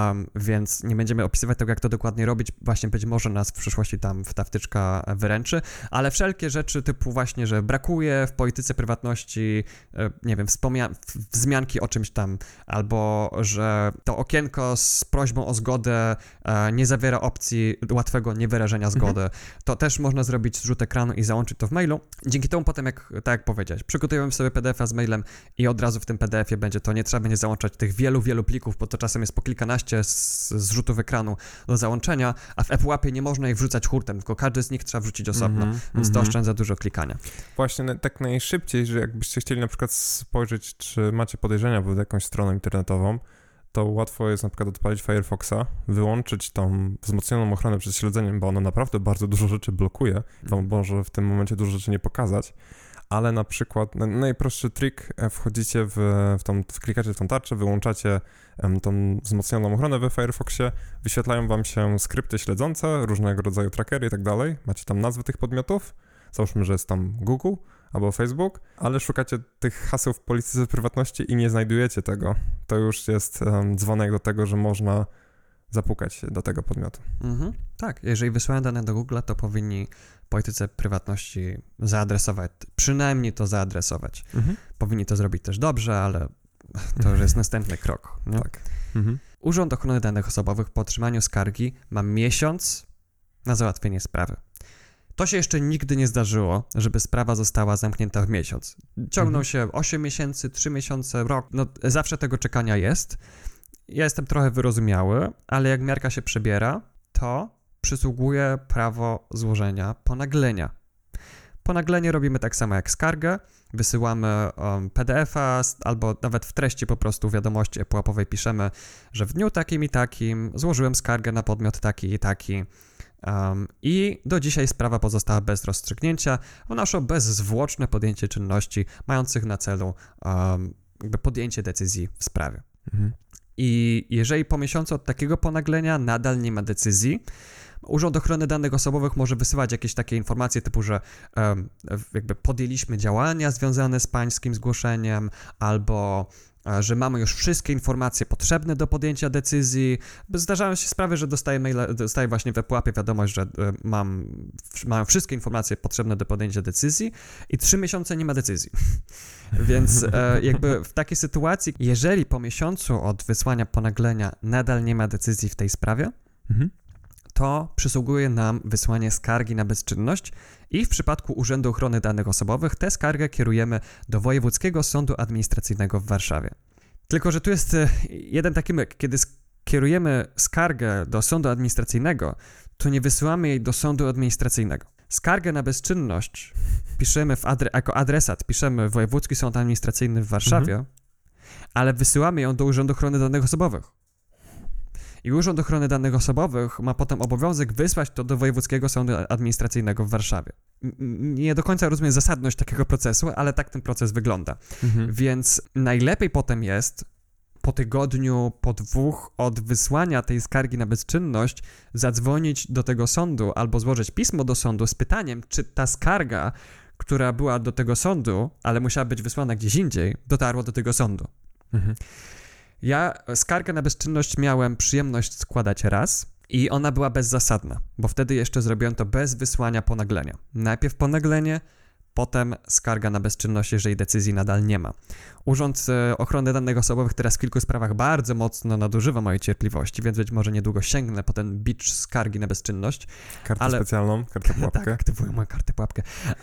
więc nie będziemy opisywać tego, jak to dokładnie robić, właśnie być może nas w przyszłości tam ta wtyczka wyręczy, ale wszelkie rzeczy typu właśnie, że brakuje w polityce prywatności, nie wiem, wzmianki o czymś tam, albo że to okienko z prośbą o zgodę nie zawiera opcji łatwego niewyrażenia zgody, to też można zrobić zrzut ekranu i załączyć to w mailu. Dzięki temu potem, tak jak powiedziałeś, przygotujemy sobie PDF-a z mailem i od razu w tym PDF-ie będzie to, nie trzeba będzie załączać tych wielu plików, bo to czasem jest po kilkanaście zrzutów ekranu do załączenia, a w ePUAP-ie nie można ich wrzucać hurtem, tylko każdy z nich trzeba wrzucić osobno, więc to oszczędza dużo klikania. Właśnie tak najszybciej, że jakbyście chcieli na przykład spojrzeć, czy macie podejrzenia pod jakąś stroną internetową, to łatwo jest na przykład odpalić Firefoxa, wyłączyć tą wzmocnioną ochronę przed śledzeniem, bo ona naprawdę bardzo dużo rzeczy blokuje, wam może w tym momencie dużo rzeczy nie pokazać, ale na przykład najprostszy trik, wchodzicie klikacie w tą tarczę, wyłączacie tą wzmocnioną ochronę we Firefoxie, wyświetlają wam się skrypty śledzące, różnego rodzaju trackery i tak dalej, macie tam nazwy tych podmiotów, załóżmy, że jest tam Google albo Facebook, ale szukacie tych haseł w polityce prywatności i nie znajdujecie tego. To już jest dzwonek do tego, że można zapukać do tego podmiotu. Tak, jeżeli wysyłają dane do Google, to powinni polityce prywatności zaadresować, przynajmniej to zaadresować. Powinni to zrobić też dobrze, ale to już jest następny krok. Nie? Tak. Urząd Ochrony Danych Osobowych po otrzymaniu skargi ma miesiąc na załatwienie sprawy. To się jeszcze nigdy nie zdarzyło, żeby sprawa została zamknięta w miesiąc. Ciągną się 8 miesięcy, 3 miesiące, rok, no zawsze tego czekania jest. Ja jestem trochę wyrozumiały, ale jak miarka się przebiera, to przysługuje prawo złożenia ponaglenia. Ponaglenie robimy tak samo jak skargę, wysyłamy PDF-a albo nawet w treści po prostu wiadomości ePUAP-owej piszemy, że w dniu takim i takim złożyłem skargę na podmiot taki i taki i do dzisiaj sprawa pozostała bez rozstrzygnięcia, wnoszę bezzwłoczne podjęcie czynności mających na celu podjęcie decyzji w sprawie. I jeżeli po miesiącu od takiego ponaglenia nadal nie ma decyzji, Urząd Ochrony Danych Osobowych może wysyłać jakieś takie informacje typu, że jakby podjęliśmy działania związane z pańskim zgłoszeniem, albo że mamy już wszystkie informacje potrzebne do podjęcia decyzji. Zdarzają się sprawy, że dostaję właśnie w ePUAP-ie wiadomość, że mam wszystkie informacje potrzebne do podjęcia decyzji i 3 miesiące nie ma decyzji. Więc jakby w takiej sytuacji, jeżeli po miesiącu od wysłania ponaglenia nadal nie ma decyzji w tej sprawie, to przysługuje nam wysłanie skargi na bezczynność i w przypadku Urzędu Ochrony Danych Osobowych tę skargę kierujemy do Wojewódzkiego Sądu Administracyjnego w Warszawie. Tylko że tu jest jeden taki myk. Kiedy kierujemy skargę do Sądu Administracyjnego, to nie wysyłamy jej do Sądu Administracyjnego. Skargę na bezczynność piszemy jako adresat, piszemy Wojewódzki Sąd Administracyjny w Warszawie, ale wysyłamy ją do Urzędu Ochrony Danych Osobowych. I Urząd Ochrony Danych Osobowych ma potem obowiązek wysłać to do Wojewódzkiego Sądu Administracyjnego w Warszawie. Nie do końca rozumiem zasadność takiego procesu, ale tak ten proces wygląda. Więc najlepiej potem jest po tygodniu, po 2 od wysłania tej skargi na bezczynność zadzwonić do tego sądu albo złożyć pismo do sądu z pytaniem, czy ta skarga, która była do tego sądu, ale musiała być wysłana gdzieś indziej, dotarła do tego sądu. Ja skargę na bezczynność miałem przyjemność składać raz I ona była bezzasadna, bo wtedy jeszcze zrobiłem to bez wysłania ponaglenia. Najpierw ponaglenie, potem skarga na bezczynność, jeżeli decyzji nadal nie ma. Urząd Ochrony Danych Osobowych teraz w kilku sprawach bardzo mocno nadużywa mojej cierpliwości, więc być może niedługo sięgnę po ten bicz skargi na bezczynność. Kartę specjalną, kartę pułapkę. Tak, aktywuję moją kartę pułapkę.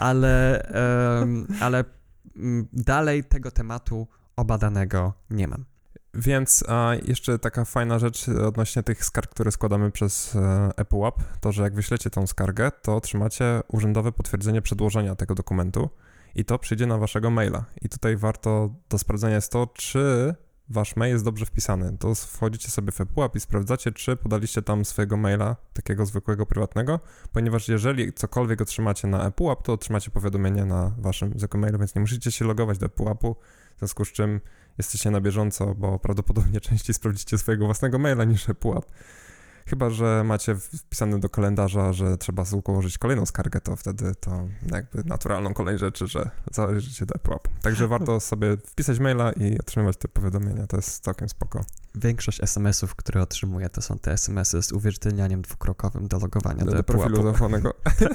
Ale dalej tego tematu obadanego nie mam. Więc jeszcze taka fajna rzecz odnośnie tych skarg, które składamy przez ePUAP, to, że jak wyślecie tą skargę, to otrzymacie urzędowe potwierdzenie przedłożenia tego dokumentu i to przyjdzie na waszego maila. I tutaj warto do sprawdzenia jest to, czy wasz mail jest dobrze wpisany. To wchodzicie sobie w ePUAP i sprawdzacie, czy podaliście tam swojego maila, takiego zwykłego, prywatnego, ponieważ jeżeli cokolwiek otrzymacie na ePUAP, to otrzymacie powiadomienie na waszym zwykłym mailu, więc nie musicie się logować do ePUAP-u, w związku z czym jesteście na bieżąco, bo prawdopodobnie częściej sprawdzicie swojego własnego maila niż ePUAP. Chyba że macie wpisane do kalendarza, że trzeba ułożyć kolejną skargę, to wtedy to jakby naturalną kolej rzeczy, że zależycie do ePUAP. Także warto sobie wpisać maila i otrzymywać te powiadomienia, to jest całkiem spoko. Większość SMS-ów, które otrzymuję, to są te SMS-y z uwierzytelnianiem dwukrokowym do logowania do profilu zaufanego.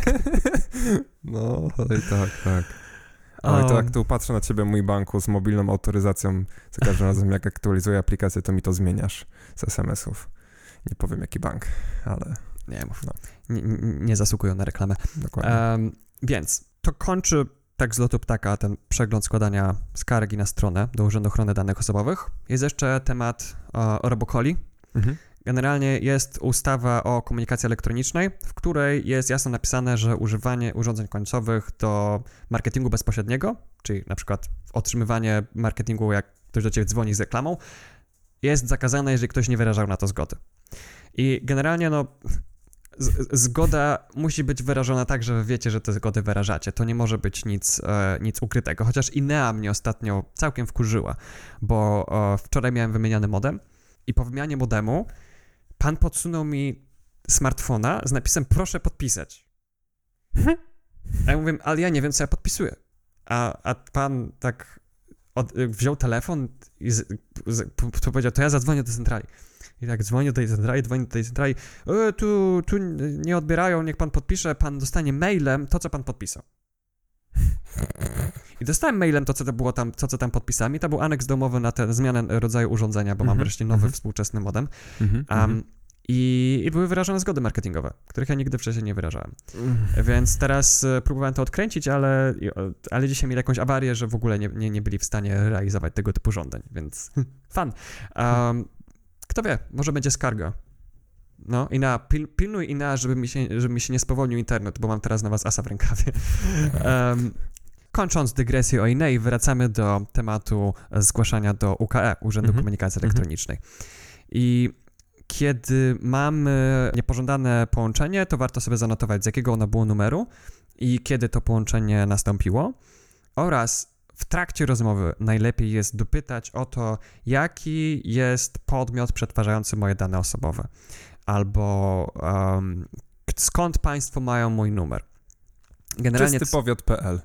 No, i tak. Oj, to jak tu patrzę na ciebie, mój banku, z mobilną autoryzacją, za każdym razem jak aktualizuję aplikację, to mi to zmieniasz z SMS-ów. Nie powiem jaki bank, ale... Nie mów, nie zasługują na reklamę. Dokładnie. Więc to kończy tak z lotu ptaka ten przegląd składania skargi na stronę do Urzędu Ochrony Danych Osobowych. Jest jeszcze temat robocalli. Generalnie jest ustawa o komunikacji elektronicznej, w której jest jasno napisane, że używanie urządzeń końcowych do marketingu bezpośredniego, czyli na przykład otrzymywanie marketingu, jak ktoś do ciebie dzwoni z reklamą, jest zakazane, jeżeli ktoś nie wyrażał na to zgody. I generalnie zgoda musi być wyrażona tak, że wiecie, że te zgody wyrażacie. To nie może być nic ukrytego. Chociaż Inea mnie ostatnio całkiem wkurzyła, bo wczoraj miałem wymieniany modem i po wymianie modemu pan podsunął mi smartfona z napisem proszę podpisać. A ja mówię, ale ja nie wiem, co ja podpisuję. A pan tak wziął telefon i powiedział, to ja zadzwonię do centrali. I tak dzwonię do tej centrali, tu nie odbierają, niech pan podpisze, pan dostanie mailem to, co pan podpisał. I dostałem mailem to, co tam podpisałem i to był aneks domowy na tę zmianę rodzaju urządzenia, bo mam wreszcie nowy, współczesny modem. I były wyrażone zgody marketingowe, których ja nigdy wcześniej nie wyrażałem. Więc teraz próbowałem to odkręcić, ale dzisiaj mieli jakąś awarię, że w ogóle nie byli w stanie realizować tego typu żądań, więc fun. Kto wie, może będzie skarga. No, pilnuj Inea, żeby mi się nie spowolnił internet, bo mam teraz na was asa w rękawie. Kończąc dygresję o Inei, wracamy do tematu zgłaszania do UKE, Urzędu Komunikacji Elektronicznej. I kiedy mamy niepożądane połączenie, to warto sobie zanotować, z jakiego ono było numeru i kiedy to połączenie nastąpiło. Oraz w trakcie rozmowy najlepiej jest dopytać o to, jaki jest podmiot przetwarzający moje dane osobowe. Albo skąd państwo mają mój numer. Generalnie czystypowiat.pl.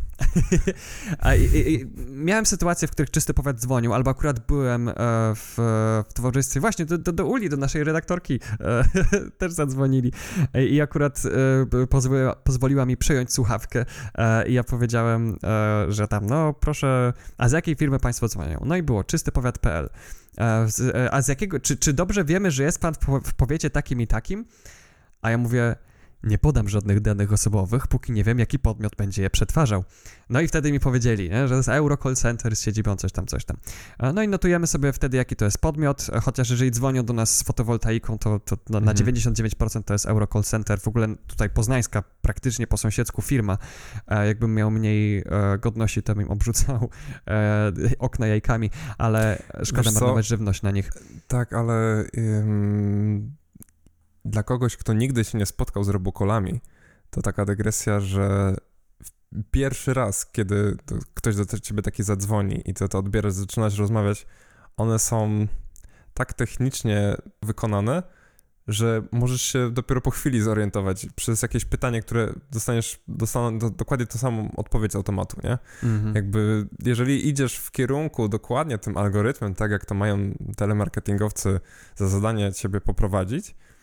Miałem sytuacje, w których Czysty Powiat dzwonił, albo akurat byłem w towarzystwie, właśnie do Uli, do naszej redaktorki też zadzwonili i akurat pozwoliła mi przejąć słuchawkę i ja powiedziałem, że tam, no proszę, a z jakiej firmy państwo dzwonią? No i było czystypowiat.pl. A z jakiego, czy dobrze wiemy, że jest pan w powiecie takim i takim? A ja mówię, nie podam żadnych danych osobowych, póki nie wiem, jaki podmiot będzie je przetwarzał. No i wtedy mi powiedzieli, nie, że to jest Eurocall Center z siedzibą coś tam. No i notujemy sobie wtedy, jaki to jest podmiot, chociaż jeżeli dzwonią do nas z fotowoltaiką, to na 99% to jest Eurocall Center. W ogóle tutaj poznańska, praktycznie po sąsiedzku firma. Jakbym miał mniej godności, to bym obrzucał okna jajkami, ale szkoda marnować żywność na nich. Tak, ale... Dla kogoś, kto nigdy się nie spotkał z robokolami, to taka dygresja, że pierwszy raz, kiedy ktoś do ciebie taki zadzwoni i to odbierasz, zaczynasz rozmawiać, one są tak technicznie wykonane, że możesz się dopiero po chwili zorientować przez jakieś pytanie, które dostaną dokładnie tą samą odpowiedź z automatu, nie? Jakby, jeżeli idziesz w kierunku dokładnie tym algorytmem, tak jak to mają telemarketingowcy za zadanie ciebie poprowadzić,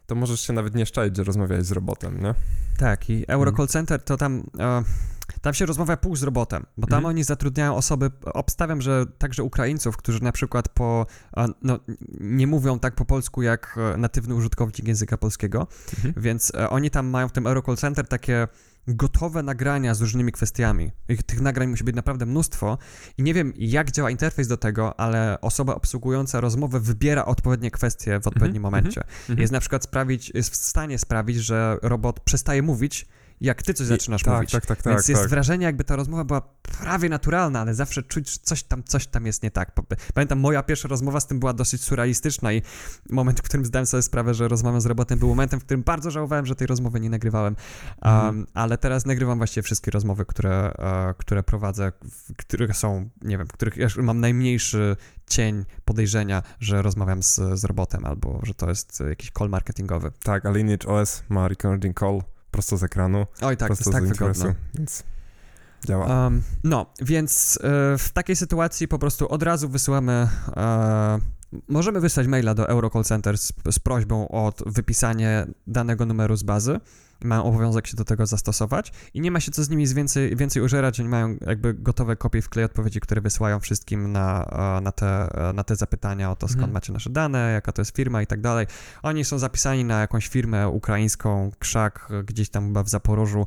to możesz się nawet nie szczaić, że rozmawiałeś z robotem, nie? Tak, i Eurocall Center to tam się rozmawia pół z robotem, bo tam oni zatrudniają osoby, obstawiam, że także Ukraińców, którzy na przykład nie mówią tak po polsku jak natywny użytkownik języka polskiego, więc oni tam mają w tym Eurocall Center takie gotowe nagrania z różnymi kwestiami. Tych nagrań musi być naprawdę mnóstwo i nie wiem, jak działa interfejs do tego, ale osoba obsługująca rozmowę wybiera odpowiednie kwestie w odpowiednim momencie. Jest na przykład jest w stanie sprawić, że robot przestaje mówić, jak ty coś zaczynasz mówić. Więc jest wrażenie, jakby ta rozmowa była prawie naturalna, ale zawsze czuć, że coś tam jest nie tak. Pamiętam, moja pierwsza rozmowa z tym była dosyć surrealistyczna i moment, w którym zdałem sobie sprawę, że rozmawiam z robotem, był momentem, w którym bardzo żałowałem, że tej rozmowy nie nagrywałem. Ale teraz nagrywam właściwie wszystkie rozmowy, które prowadzę, które są, nie wiem, w których ja mam najmniejszy cień podejrzenia, że rozmawiam z robotem albo że to jest jakiś call marketingowy. Tak, a Lineage OS ma recording call prosto z ekranu. Oj tak, to jest tak wygodne. Więc działa. Więc w takiej sytuacji po prostu od razu wysyłamy, możemy wysłać maila do Eurocall Center z prośbą o wypisanie danego numeru z bazy. Mają obowiązek się do tego zastosować i nie ma się co z nimi więcej użerać, oni mają jakby gotowe kopie wklej odpowiedzi, które wysyłają wszystkim na te zapytania o to, skąd macie nasze dane, jaka to jest firma i tak dalej. Oni są zapisani na jakąś firmę ukraińską, Krzak, gdzieś tam chyba w Zaporożu.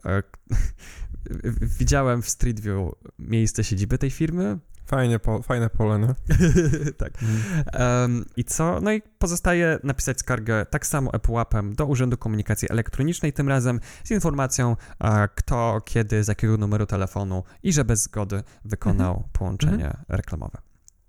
Widziałem w Street View miejsce siedziby tej firmy. Fajne pole, nie? Tak. I co? No i pozostaje napisać skargę tak samo ePUAP-em do Urzędu Komunikacji Elektronicznej, tym razem z informacją kto, kiedy, z jakiego numeru telefonu i że bez zgody wykonał połączenie reklamowe.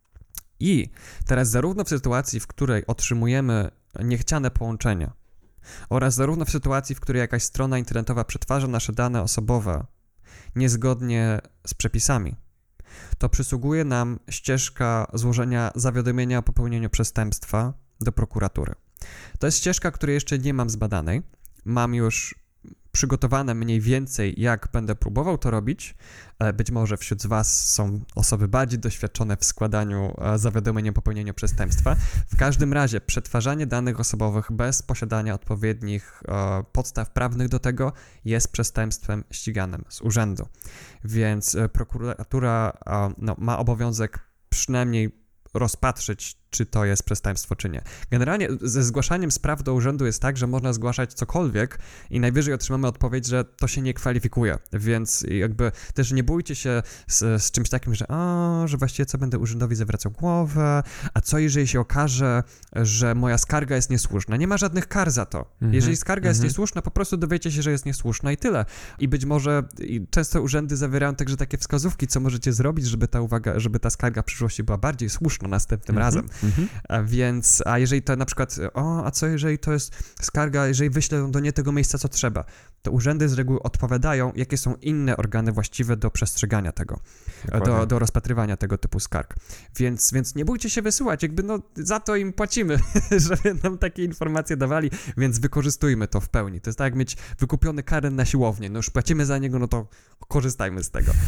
I teraz zarówno w sytuacji, w której otrzymujemy niechciane połączenia oraz zarówno w sytuacji, w której jakaś strona internetowa przetwarza nasze dane osobowe niezgodnie z przepisami, to przysługuje nam ścieżka złożenia zawiadomienia o popełnieniu przestępstwa do prokuratury. To jest ścieżka, której jeszcze nie mam zbadanej. Mam już przygotowane mniej więcej, jak będę próbował to robić. Być może wśród z Was są osoby bardziej doświadczone w składaniu zawiadomienia o popełnieniu przestępstwa. W każdym razie przetwarzanie danych osobowych bez posiadania odpowiednich podstaw prawnych do tego jest przestępstwem ściganym z urzędu. Więc prokuratura ma obowiązek przynajmniej rozpatrzyć, czy to jest przestępstwo, czy nie. Generalnie ze zgłaszaniem spraw do urzędu jest tak, że można zgłaszać cokolwiek i najwyżej otrzymamy odpowiedź, że to się nie kwalifikuje, więc jakby też nie bójcie się z czymś takim, że właściwie co będę urzędowi zawracał głowę, a co jeżeli się okaże, że moja skarga jest niesłuszna. Nie ma żadnych kar za to. Jeżeli skarga jest niesłuszna, po prostu dowiecie się, że jest niesłuszna i tyle. I być może często urzędy zawierają także takie wskazówki, co możecie zrobić, żeby ta skarga w przyszłości była bardziej słuszna następnym razem. Więc, a jeżeli to na przykład, a co jeżeli to jest skarga, jeżeli wyślę do nie tego miejsca, co trzeba, to urzędy z reguły odpowiadają, jakie są inne organy właściwe do przestrzegania tego, do rozpatrywania tego typu skarg. Więc nie bójcie się wysyłać, jakby za to im płacimy, żeby nam takie informacje dawali, więc wykorzystujmy to w pełni. To jest tak jak mieć wykupiony karen na siłownię, już płacimy za niego, to korzystajmy z tego.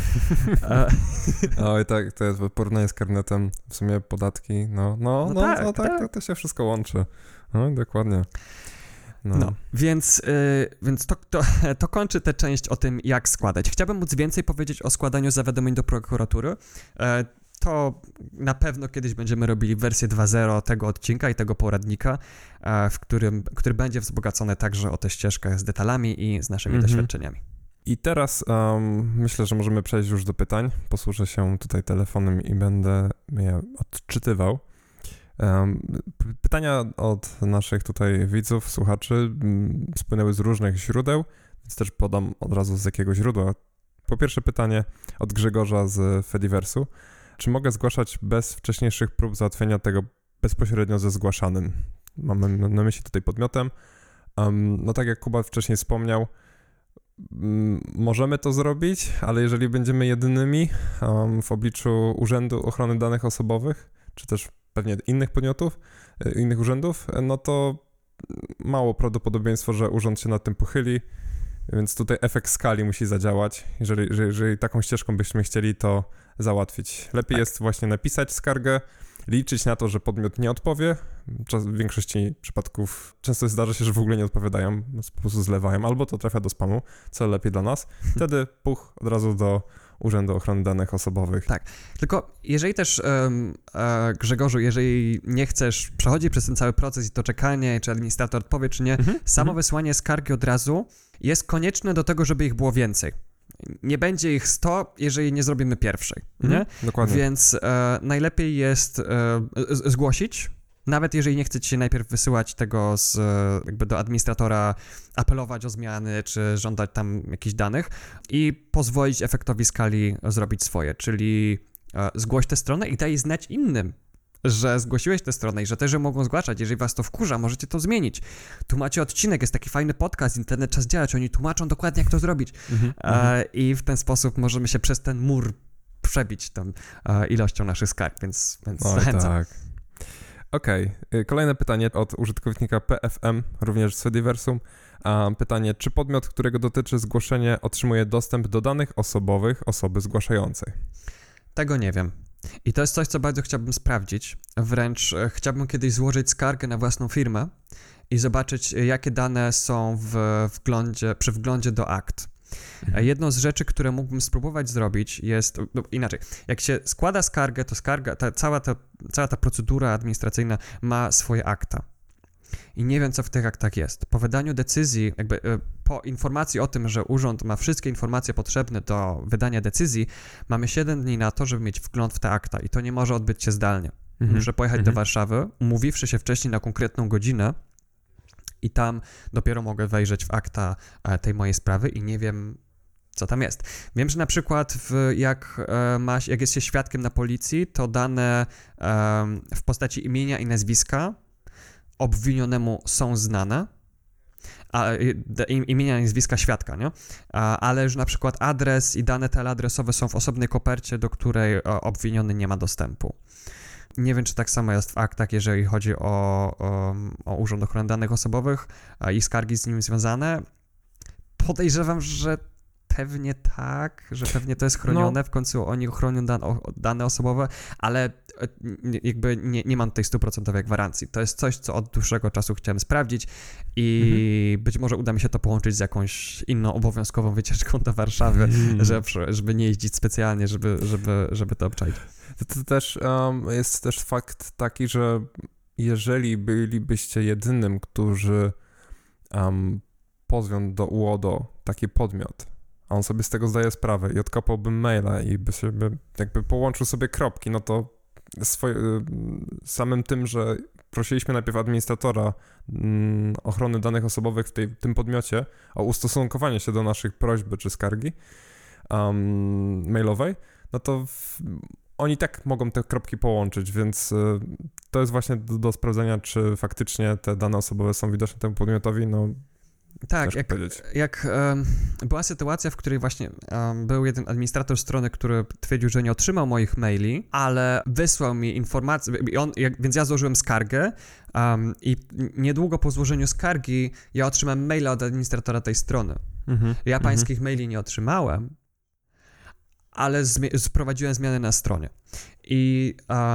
Oj, tak, to jest porównanie z karnetem, w sumie podatki, to się wszystko łączy. No, dokładnie. Więc to kończy tę część o tym, jak składać. Chciałbym móc więcej powiedzieć o składaniu zawiadomień do prokuratury. To na pewno kiedyś będziemy robili wersję 2.0 tego odcinka i tego poradnika, który będzie wzbogacony także o tę ścieżkę z detalami i z naszymi doświadczeniami. I teraz myślę, że możemy przejść już do pytań. Posłużę się tutaj telefonem i będę je odczytywał. Pytania od naszych tutaj widzów, słuchaczy spłynęły z różnych źródeł, więc też podam od razu z jakiego źródła. Po pierwsze pytanie od Grzegorza z Fediversu. Czy mogę zgłaszać bez wcześniejszych prób załatwienia tego bezpośrednio ze zgłaszanym? Mamy na myśli tutaj podmiotem. Tak jak Kuba wcześniej wspomniał, możemy to zrobić, ale jeżeli będziemy jedynymi w obliczu Urzędu Ochrony Danych Osobowych, czy też pewnie innych podmiotów, innych urzędów, to mało prawdopodobieństwo, że urząd się nad tym pochyli, więc tutaj efekt skali musi zadziałać. Jeżeli taką ścieżką byśmy chcieli to załatwić. Lepiej jest właśnie napisać skargę, liczyć na to, że podmiot nie odpowie. W większości przypadków często zdarza się, że w ogóle nie odpowiadają, po prostu zlewają, albo to trafia do spamu, co lepiej dla nas. Wtedy od razu do Urzędu Ochrony Danych Osobowych. Tak, tylko jeżeli też, Grzegorzu, jeżeli nie chcesz przechodzić przez ten cały proces i to czekanie, czy administrator odpowie, czy nie, samo wysłanie skargi od razu jest konieczne do tego, żeby ich było więcej. Nie będzie ich 100, jeżeli nie zrobimy pierwszej, nie? Dokładnie. Więc najlepiej jest zgłosić, nawet jeżeli nie chcecie najpierw wysyłać tego jakby do administratora, apelować o zmiany, czy żądać tam jakichś danych i pozwolić efektowi skali zrobić swoje, czyli zgłoś tę stronę i daj znać innym, że zgłosiłeś tę stronę i że też mogą zgłaszać. Jeżeli was to wkurza, możecie to zmienić. Tu macie odcinek, jest taki fajny podcast, Internet Czas Działać, oni tłumaczą dokładnie, jak to zrobić. I w ten sposób możemy się przez ten mur przebić tą ilością naszych skarg, więc zachęcam. Tak. Okej. Kolejne pytanie od użytkownika PFM, również z Fediversum. Pytanie, czy podmiot, którego dotyczy zgłoszenie, otrzymuje dostęp do danych osobowych osoby zgłaszającej? Tego nie wiem. I to jest coś, co bardzo chciałbym sprawdzić. Wręcz chciałbym kiedyś złożyć skargę na własną firmę i zobaczyć, jakie dane są przy wglądzie do akt. Jedną z rzeczy, które mógłbym spróbować zrobić jest, inaczej, jak się składa skargę, to cała ta procedura administracyjna ma swoje akta. I nie wiem, co w tych aktach jest. Po wydaniu decyzji, po informacji o tym, że urząd ma wszystkie informacje potrzebne do wydania decyzji, mamy 7 dni na to, żeby mieć wgląd w te akta i to nie może odbyć się zdalnie. Muszę pojechać do Warszawy, umówiwszy się wcześniej na konkretną godzinę i tam dopiero mogę wejrzeć w akta tej mojej sprawy i nie wiem, co tam jest. Wiem, że na przykład jak jest się świadkiem na policji, to dane w postaci imienia i nazwiska obwinionemu są znane, imienia i nazwiska świadka, nie? Ale że na przykład adres i dane teleadresowe są w osobnej kopercie, do której obwiniony nie ma dostępu. Nie wiem, czy tak samo jest w aktach, jeżeli chodzi o Urząd Ochrony Danych Osobowych i skargi z nim związane. Podejrzewam, że pewnie tak, że pewnie to jest chronione, w końcu oni chronią dane osobowe, ale jakby nie mam tej 100% gwarancji. To jest coś, co od dłuższego czasu chciałem sprawdzić i być może uda mi się to połączyć z jakąś inną obowiązkową wycieczką do Warszawy, żeby nie jeździć specjalnie, żeby to obczaić. To też jest też fakt taki, że jeżeli bylibyście jedynym, którzy pozwią do UODO taki podmiot, a on sobie z tego zdaje sprawę i odkopałby maila i by się jakby połączył sobie kropki, no to samym tym, że prosiliśmy najpierw administratora ochrony danych osobowych w tym podmiocie o ustosunkowanie się do naszych prośby czy skargi mailowej, no to oni tak mogą te kropki połączyć, więc to jest właśnie do sprawdzenia, czy faktycznie te dane osobowe są widoczne temu podmiotowi, no tak, jak była sytuacja, w której właśnie był jeden administrator strony, który twierdził, że nie otrzymał moich maili, ale wysłał mi informację, więc ja złożyłem skargę i niedługo po złożeniu skargi ja otrzymałem maila od administratora tej strony. Ja pańskich maili nie otrzymałem, ale wprowadziłem zmiany na stronie. I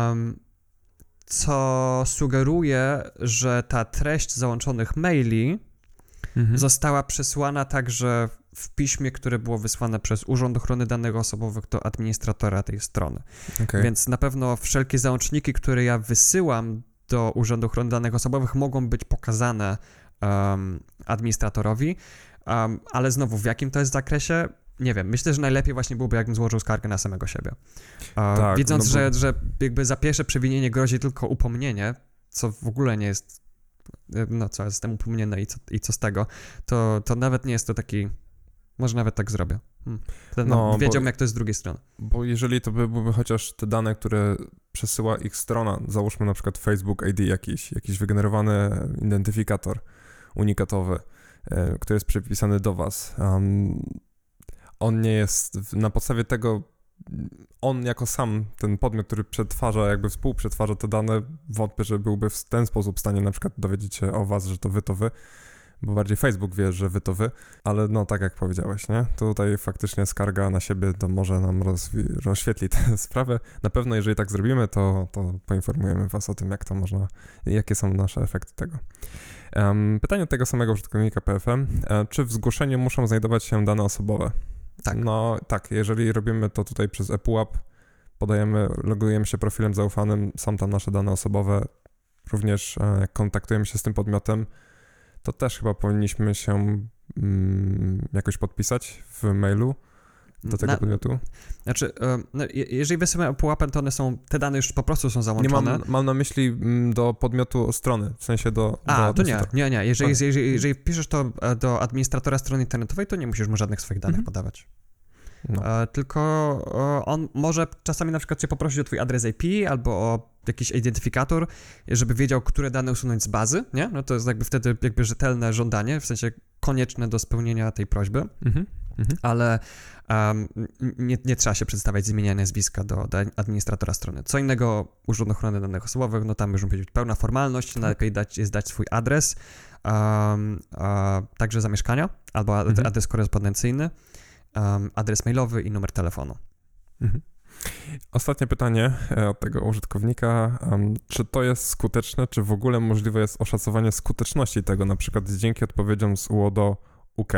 co sugeruje, że ta treść załączonych maili została przesłana także w piśmie, które było wysłane przez Urząd Ochrony Danych Osobowych do administratora tej strony. Okay. Więc na pewno wszelkie załączniki, które ja wysyłam do Urzędu Ochrony Danych Osobowych, mogą być pokazane administratorowi, ale znowu w jakim to jest zakresie? Nie wiem, myślę, że najlepiej właśnie byłoby, jakbym złożył skargę na samego siebie. Tak, widząc, że jakby za pierwsze przewinienie grozi tylko upomnienie, co w ogóle nie jest, no co, jestem upomniony i co z tego, to nawet nie jest to taki, może nawet tak zrobię. Wiedziałbym, jak to jest z drugiej strony. Bo jeżeli to byłyby chociaż te dane, które przesyła ich strona, załóżmy na przykład Facebook ID jakiś wygenerowany identyfikator unikatowy, który jest przypisany do was, on nie jest, na podstawie tego, on jako sam, ten podmiot, który przetwarza, jakby współprzetwarza te dane, wątpię, że byłby w ten sposób w stanie na przykład dowiedzieć się o was, że to wy, bo bardziej Facebook wie, że wy, ale no tak jak powiedziałeś, nie? Tutaj faktycznie skarga na siebie to może nam rozświetli tę sprawę. Na pewno jeżeli tak zrobimy, to poinformujemy was o tym, jak to można, jakie są nasze efekty tego. Pytanie od tego samego użytkownika PFM. Czy w zgłoszeniu muszą znajdować się dane osobowe? Tak. No tak, jeżeli robimy to tutaj przez ePUAP, logujemy się profilem zaufanym, są tam nasze dane osobowe, również jak kontaktujemy się z tym podmiotem, to też chyba powinniśmy się jakoś podpisać w mailu do tego podmiotu. Znaczy, jeżeli wysyłamy pułapem, to te dane już po prostu są załączone. Nie, mam na myśli do podmiotu strony, w sensie do to nie. Jeżeli wpiszesz to do administratora strony internetowej, to nie musisz mu żadnych swoich danych podawać. No. Tylko on może czasami na przykład cię poprosić o twój adres IP albo o jakiś identyfikator, żeby wiedział, które dane usunąć z bazy, nie? No to jest wtedy rzetelne żądanie, w sensie konieczne do spełnienia tej prośby, ale nie trzeba się przedstawiać z imienia i nazwiska do administratora strony. Co innego Urząd Ochrony Danych Osobowych, no tam już musi być pełna formalność, najlepiej jest dać swój adres, także zamieszkania albo adres korespondencyjny, adres mailowy i numer telefonu. Ostatnie pytanie od tego użytkownika. Czy to jest skuteczne, czy w ogóle możliwe jest oszacowanie skuteczności tego, na przykład dzięki odpowiedziom z UODO UK?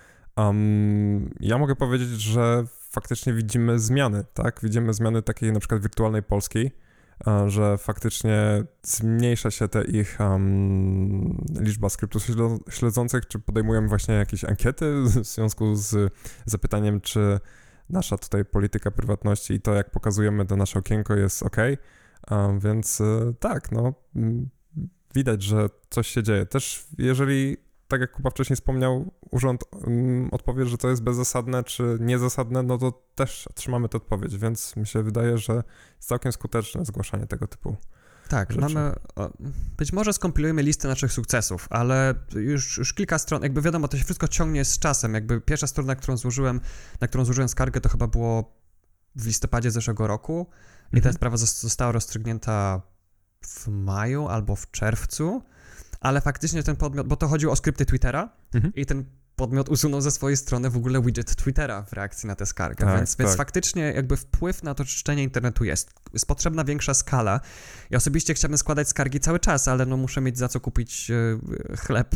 Ja mogę powiedzieć, że faktycznie widzimy zmiany, tak? Widzimy zmiany takiej na przykład wirtualnej polskiej, że faktycznie zmniejsza się ich liczba skryptów śledzących, czy podejmujemy właśnie jakieś ankiety w związku z zapytaniem, czy nasza tutaj polityka prywatności i to, jak pokazujemy to nasze okienko, jest ok. Więc tak, no widać, że coś się dzieje. Też jeżeli, tak jak Kuba wcześniej wspomniał, urząd odpowie, że to jest bezzasadne czy niezasadne, no to też otrzymamy tę odpowiedź, więc mi się wydaje, że jest całkiem skuteczne zgłaszanie tego typu tak, rzeczy. Być może skompilujemy listę naszych sukcesów, ale już kilka stron, wiadomo, to się wszystko ciągnie z czasem, pierwsza strona, na którą złożyłem skargę, to chyba było w listopadzie zeszłego roku i ta sprawa została rozstrzygnięta w maju albo w czerwcu, ale faktycznie ten podmiot, bo to chodziło o skrypty Twittera i ten podmiot usunął ze swojej strony w ogóle widget Twittera w reakcji na tę skargę, więc faktycznie wpływ na to czyszczenie internetu jest potrzebna większa skala. Ja osobiście chciałbym składać skargi cały czas, ale muszę mieć za co kupić chleb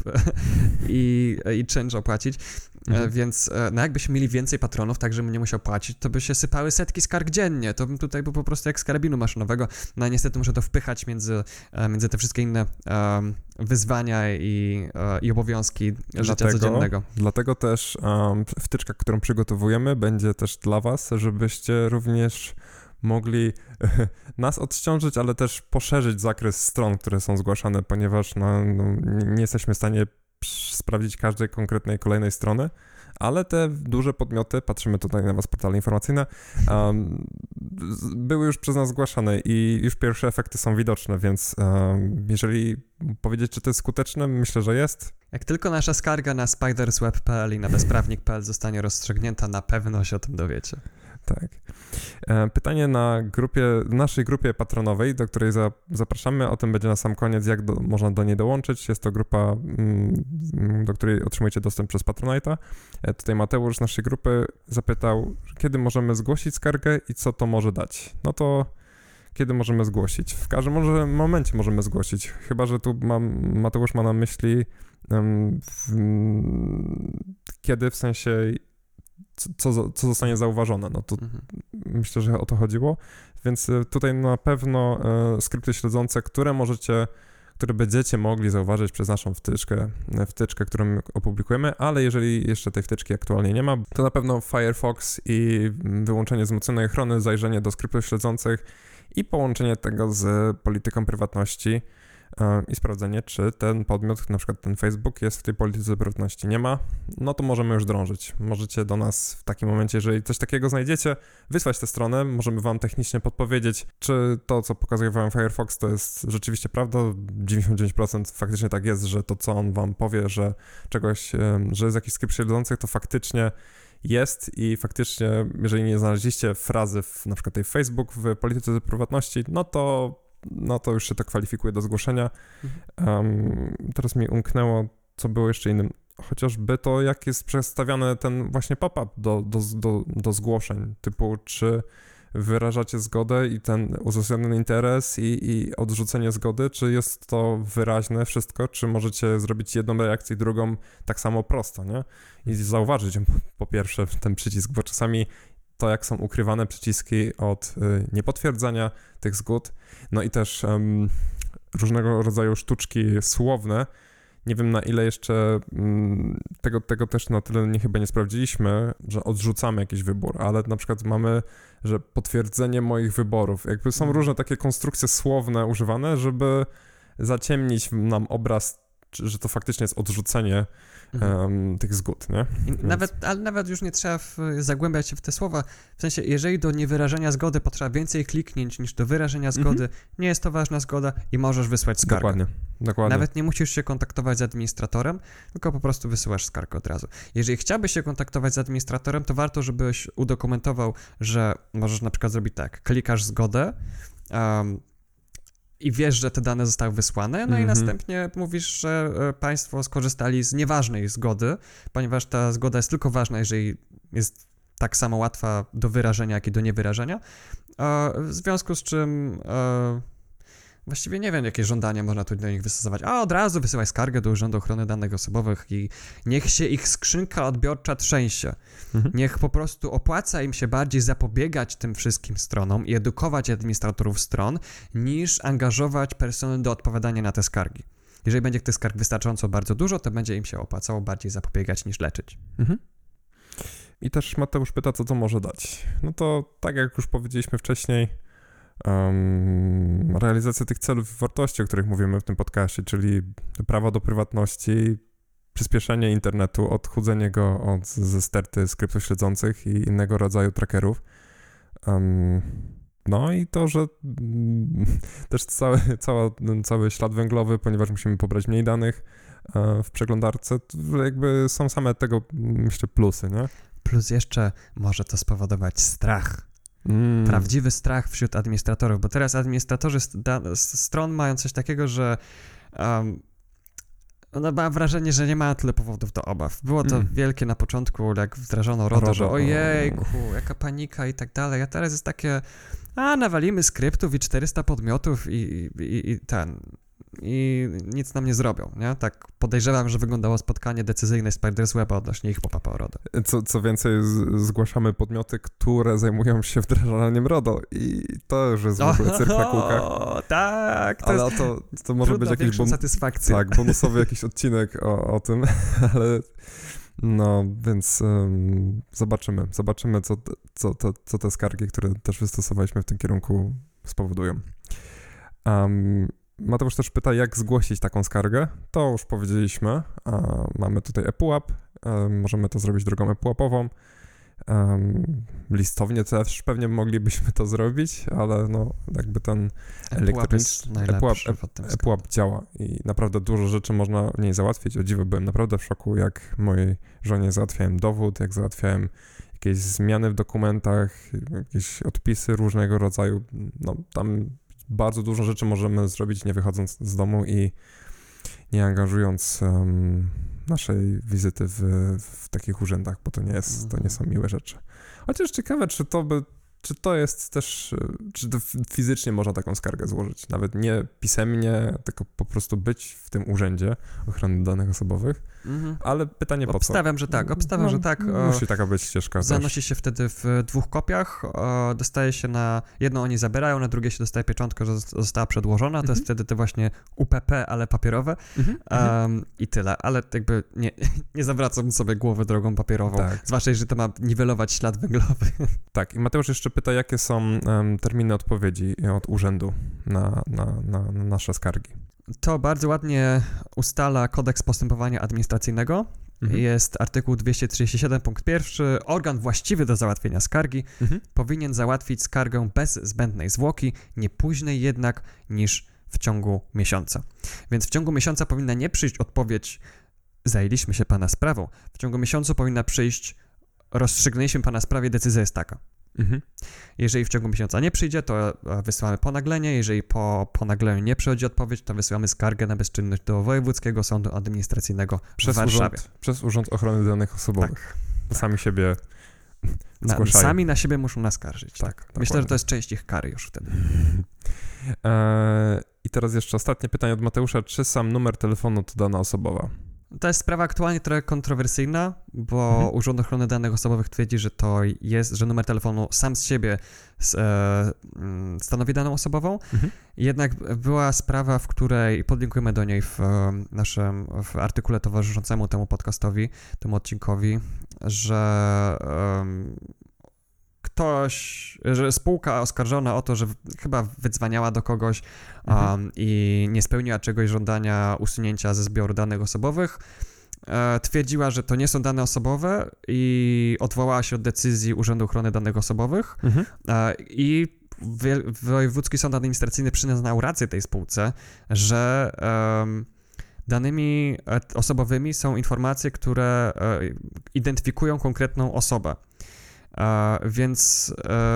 i czynsz opłacić, więc jakbyśmy mieli więcej patronów, tak żebym nie musiał płacić, to by się sypały setki skarg dziennie, to bym tutaj był po prostu jak z karabinu maszynowego, no a niestety muszę to wpychać między te wszystkie inne wyzwania i obowiązki życia codziennego. Dlatego też wtyczka, którą przygotowujemy, będzie też dla was, żebyście również mogli nas odciążyć, ale też poszerzyć zakres stron, które są zgłaszane, ponieważ nie jesteśmy w stanie sprawdzić każdej konkretnej kolejnej strony, ale te duże podmioty, patrzymy tutaj na was, portale informacyjne, były już przez nas zgłaszane i już pierwsze efekty są widoczne, więc jeżeli powiedzieć, czy to jest skuteczne, myślę, że jest. Jak tylko nasza skarga na spidersweb.pl i na bezprawnik.pl zostanie rozstrzygnięta, na pewno się o tym dowiecie. Tak. Pytanie na naszej grupie patronowej, do której zapraszamy, o tym będzie na sam koniec, jak można do niej dołączyć. Jest to grupa, do której otrzymujecie dostęp przez Patronite'a. Tutaj Mateusz z naszej grupy zapytał, kiedy możemy zgłosić skargę i co to może dać. No to kiedy możemy zgłosić? W każdym momencie możemy zgłosić, chyba że tu Mateusz ma na myśli kiedy, w sensie co zostanie zauważone, no to myślę, że o to chodziło, więc tutaj na pewno skrypty śledzące, które będziecie mogli zauważyć przez naszą wtyczkę, którą opublikujemy, ale jeżeli jeszcze tej wtyczki aktualnie nie ma, to na pewno Firefox i wyłączenie wzmocnionej ochrony, zajrzenie do skryptów śledzących i połączenie tego z polityką prywatności i sprawdzenie, czy ten podmiot, na przykład ten Facebook, jest w tej polityce prywatności. Nie ma, no to możemy już drążyć. Możecie do nas w takim momencie, jeżeli coś takiego znajdziecie, wysłać tę stronę, możemy wam technicznie podpowiedzieć, czy to, co pokazuje wam Firefox, to jest rzeczywiście prawda. 99% faktycznie tak jest, że to, co on wam powie, że że jest jakiś skrypt śledzący, to faktycznie jest i faktycznie, jeżeli nie znaleźliście frazy na przykład tej Facebook w polityce prywatności, no to już się to kwalifikuje do zgłoszenia. Teraz mi umknęło, co było jeszcze innym? Chociażby to, jak jest przedstawiany ten właśnie pop-up do zgłoszeń, typu czy wyrażacie zgodę i ten uzasadniony interes i odrzucenie zgody, czy jest to wyraźne wszystko, czy możecie zrobić jedną reakcję i drugą tak samo prosto, nie? I zauważyć po pierwsze ten przycisk, bo czasami to, jak są ukrywane przyciski od niepotwierdzania tych zgód, no i też różnego rodzaju sztuczki słowne. Nie wiem, na ile jeszcze tego też na tyle chyba nie sprawdziliśmy, że odrzucamy jakiś wybór, ale na przykład mamy, że potwierdzenie moich wyborów. Jakby są różne takie konstrukcje słowne używane, żeby zaciemnić nam obraz, że to faktycznie jest odrzucenie tych zgód, nie? Ale nawet już nie trzeba zagłębiać się w te słowa. W sensie, jeżeli do niewyrażenia zgody potrzeba więcej kliknięć niż do wyrażenia zgody, nie jest to ważna zgoda i możesz wysłać skargę. Dokładnie. Nawet nie musisz się kontaktować z administratorem, tylko po prostu wysyłasz skargę od razu. Jeżeli chciałbyś się kontaktować z administratorem, to warto, żebyś udokumentował, że możesz na przykład zrobić tak, klikasz zgodę, i wiesz, że te dane zostały wysłane, no i następnie mówisz, że państwo skorzystali z nieważnej zgody, ponieważ ta zgoda jest tylko ważna, jeżeli jest tak samo łatwa do wyrażenia, jak i do niewyrażenia, w związku z czym właściwie nie wiem, jakie żądania można tu do nich wystosować. Od razu wysyłaj skargę do Urzędu Ochrony Danych Osobowych i niech się ich skrzynka odbiorcza trzęsie. Niech po prostu opłaca im się bardziej zapobiegać tym wszystkim stronom i edukować administratorów stron, niż angażować personel do odpowiadania na te skargi. Jeżeli będzie tych skarg wystarczająco bardzo dużo, to będzie im się opłacało bardziej zapobiegać niż leczyć. I też Mateusz pyta, co to może dać. No to tak jak już powiedzieliśmy wcześniej, realizacja tych celów i wartości, o których mówimy w tym podcaście, czyli prawo do prywatności, przyspieszenie internetu, odchudzenie go ze sterty skryptośledzących i innego rodzaju trackerów. No i to, że też cały ślad węglowy, ponieważ musimy pobrać mniej danych w przeglądarce, jakby są same tego, myślę, plusy, nie? Plus jeszcze może to spowodować strach. Prawdziwy strach wśród administratorów, bo teraz administratorzy stron mają coś takiego, że ma wrażenie, że nie ma tyle powodów do obaw. Było to wielkie na początku, jak wdrażano RODO, że ojejku, jaka panika i tak dalej, a teraz jest takie, nawalimy skryptów i 400 podmiotów i nic nam nie zrobią, nie? Tak podejrzewam, że wyglądało spotkanie decyzyjne Spiders Weba odnośnie ich pop-upa o RODO. Co więcej, zgłaszamy podmioty, które zajmują się wdrażaniem RODO i to już jest w ogóle cyrk na kółkach. Tak. Ale to może być jakiś bonusowy jakiś odcinek o tym, ale no, więc zobaczymy, co te skargi, które też wystosowaliśmy w tym kierunku, spowodują. Mateusz też pyta, jak zgłosić taką skargę. To już powiedzieliśmy. Mamy tutaj ePUAP. Możemy to zrobić drogą ePUAP-ową. Listownie też pewnie moglibyśmy to zrobić, ale no jakby ten ePUAP działa i naprawdę dużo rzeczy można w niej załatwić. O dziwo, byłem naprawdę w szoku, jak mojej żonie załatwiałem dowód, jak załatwiałem jakieś zmiany w dokumentach, jakieś odpisy różnego rodzaju. No tam bardzo dużo rzeczy możemy zrobić, nie wychodząc z domu i nie angażując naszej wizyty w takich urzędach, bo to nie są miłe rzeczy. Chociaż ciekawe, czy to jest też, czy to fizycznie można taką skargę złożyć, nawet nie pisemnie, tylko po prostu być w tym urzędzie ochrony danych osobowych, ale pytanie po co? Obstawiam, że tak. Musi taka być ścieżka. Zanosi się wtedy w 2 kopiach, dostaje się na jedno oni zabierają, na drugie się dostaje pieczątkę, że została przedłożona, to jest wtedy te właśnie UPP, ale papierowe i tyle, ale jakby nie zawracam sobie głowy drogą papierową, zwłaszcza jeżeli to ma niwelować ślad węglowy. Tak, i Mateusz jeszcze pyta, jakie są terminy odpowiedzi od urzędu na nasze skargi. To bardzo ładnie ustala kodeks postępowania administracyjnego. Jest artykuł 237 punkt 1. Organ właściwy do załatwienia skargi powinien załatwić skargę bez zbędnej zwłoki, nie później jednak niż w ciągu miesiąca. Więc w ciągu miesiąca powinna nie przyjść odpowiedź zajęliśmy się pana sprawą. W ciągu miesiąca powinna przyjść rozstrzygnęliśmy pana sprawie, decyzja jest taka. Jeżeli w ciągu miesiąca nie przyjdzie, to wysyłamy ponaglenie. Jeżeli po ponagleniu nie przychodzi odpowiedź, to wysyłamy skargę na bezczynność do Wojewódzkiego Sądu Administracyjnego w Warszawie. Przez Urząd Ochrony Danych Osobowych. Tak. Sami siebie zgłaszają. Sami na siebie muszą naskarżyć. Tak. Myślę, że to jest część ich kary już wtedy. I teraz jeszcze ostatnie pytanie od Mateusza. Czy sam numer telefonu to dana osobowa? To jest sprawa aktualnie trochę kontrowersyjna, bo Urząd Ochrony Danych Osobowych twierdzi, że to jest, że numer telefonu sam z siebie stanowi daną osobową. Jednak była sprawa, w której podlinkujemy do niej w naszym artykule towarzyszącemu temu podcastowi, temu odcinkowi, że że spółka oskarżona o to, że chyba wydzwaniała do kogoś i nie spełniła czegoś żądania usunięcia ze zbioru danych osobowych, twierdziła, że to nie są dane osobowe i odwołała się od decyzji Urzędu Ochrony Danych Osobowych i Wojewódzki Sąd Administracyjny przyznał rację tej spółce, że danymi osobowymi są informacje, które identyfikują konkretną osobę. Więc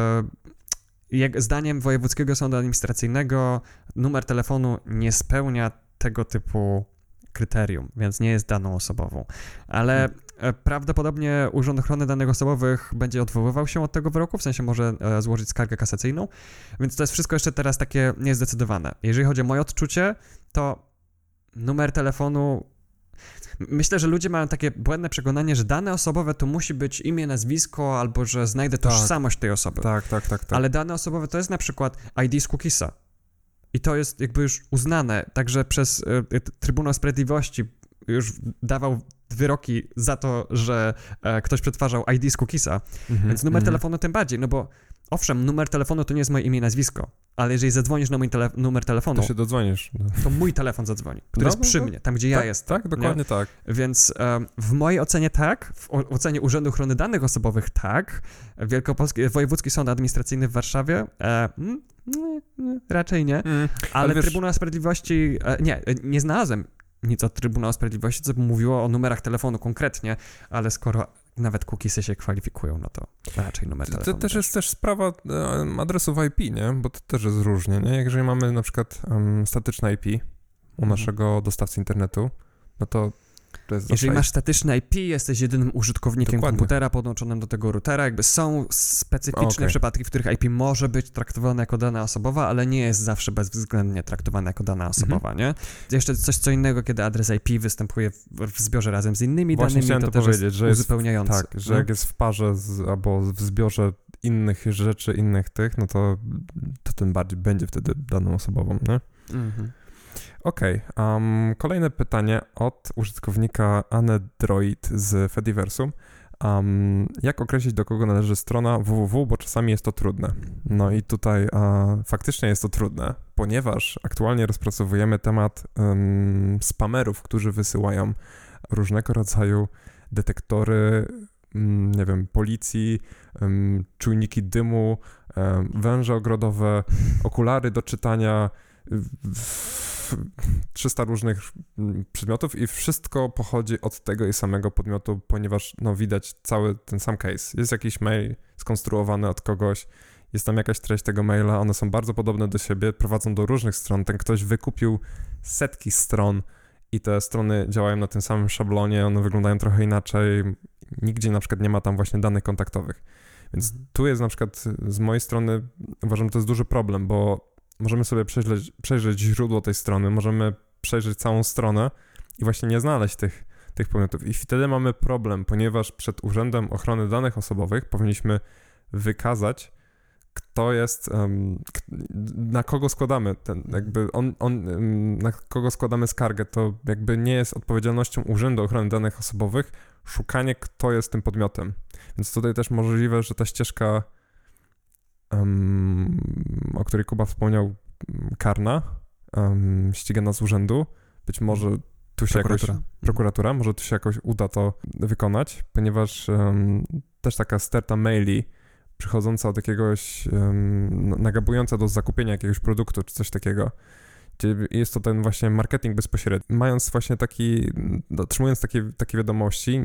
zdaniem Wojewódzkiego Sądu Administracyjnego numer telefonu nie spełnia tego typu kryterium, więc nie jest daną osobową. Ale prawdopodobnie Urząd Ochrony Danych Osobowych będzie odwoływał się od tego wyroku, w sensie może złożyć skargę kasacyjną, więc to jest wszystko jeszcze teraz takie niezdecydowane. Jeżeli chodzi o moje odczucie, to numer telefonu... Myślę, że ludzie mają takie błędne przekonanie, że dane osobowe to musi być imię, nazwisko, albo że znajdę tożsamość tej osoby. Tak. Ale dane osobowe to jest na przykład ID z cookiesa. I to jest jakby już uznane, także przez Trybunał Sprawiedliwości już dawał wyroki za to, że ktoś przetwarzał ID z cookiesa, więc numer telefonu tym bardziej, no bo owszem, numer telefonu to nie jest moje imię i nazwisko, ale jeżeli zadzwonisz na mój numer telefonu, to się dodzwonisz. To mój telefon zadzwoni, który jest przy mnie, tam gdzie ja jestem. Tak, dokładnie tak. Więc w mojej ocenie tak, w ocenie Urzędu Ochrony Danych Osobowych tak, Wojewódzki Sąd Administracyjny w Warszawie raczej nie, ale wiesz, Trybunał Sprawiedliwości, nie znalazłem nic od Trybunału Sprawiedliwości, co by mówiło o numerach telefonu konkretnie, ale skoro nawet cookiesy się kwalifikują, no to raczej numer telefonu. To też jest też sprawa adresów IP, nie? Bo to też jest różnie, nie? Jeżeli mamy na przykład statyczne IP u naszego dostawcy internetu, no to jest jeżeli masz statyczne IP, jesteś jedynym użytkownikiem komputera podłączonym do tego routera, jakby są specyficzne przypadki, w których IP może być traktowane jako dana osobowa, ale nie jest zawsze bezwzględnie traktowane jako dana osobowa, nie? Jeszcze coś co innego, kiedy adres IP występuje w zbiorze razem z innymi danymi, to też powiedzieć, jest uzupełniające. Tak, że jak jest w parze albo w zbiorze innych rzeczy, innych tych, no to tym bardziej będzie wtedy daną osobową, nie? Okej, kolejne pytanie od użytkownika Anedroid z Fediversum. Jak określić, do kogo należy strona www, bo czasami jest to trudne. No i tutaj faktycznie jest to trudne, ponieważ aktualnie rozpracowujemy temat spamerów, którzy wysyłają różnego rodzaju detektory, nie wiem, policji, czujniki dymu, węże ogrodowe, okulary do czytania, 300 różnych przedmiotów i wszystko pochodzi od tego samego podmiotu, ponieważ widać cały ten sam case. Jest jakiś mail skonstruowany od kogoś, jest tam jakaś treść tego maila, one są bardzo podobne do siebie, prowadzą do różnych stron. Ten ktoś wykupił setki stron i te strony działają na tym samym szablonie, one wyglądają trochę inaczej. Nigdzie na przykład nie ma tam właśnie danych kontaktowych. Więc tu jest na przykład z mojej strony, uważam, że to jest duży problem, bo możemy sobie przejrzeć źródło tej strony, możemy przejrzeć całą stronę i właśnie nie znaleźć tych podmiotów. I wtedy mamy problem, ponieważ przed Urzędem Ochrony Danych Osobowych powinniśmy wykazać, kto jest, na kogo składamy na kogo składamy skargę. To jakby nie jest odpowiedzialnością Urzędu Ochrony Danych Osobowych szukanie, kto jest tym podmiotem. Więc tutaj też możliwe, że ta ścieżka, o której Kuba wspomniał, karna, ścigana z urzędu, być może tu się prokuratura, może tu się jakoś uda to wykonać, ponieważ też taka sterta maili przychodząca od jakiegoś, nagabująca do zakupienia jakiegoś produktu czy coś takiego, gdzie jest to ten właśnie marketing bezpośredni. Mając właśnie otrzymując takie wiadomości,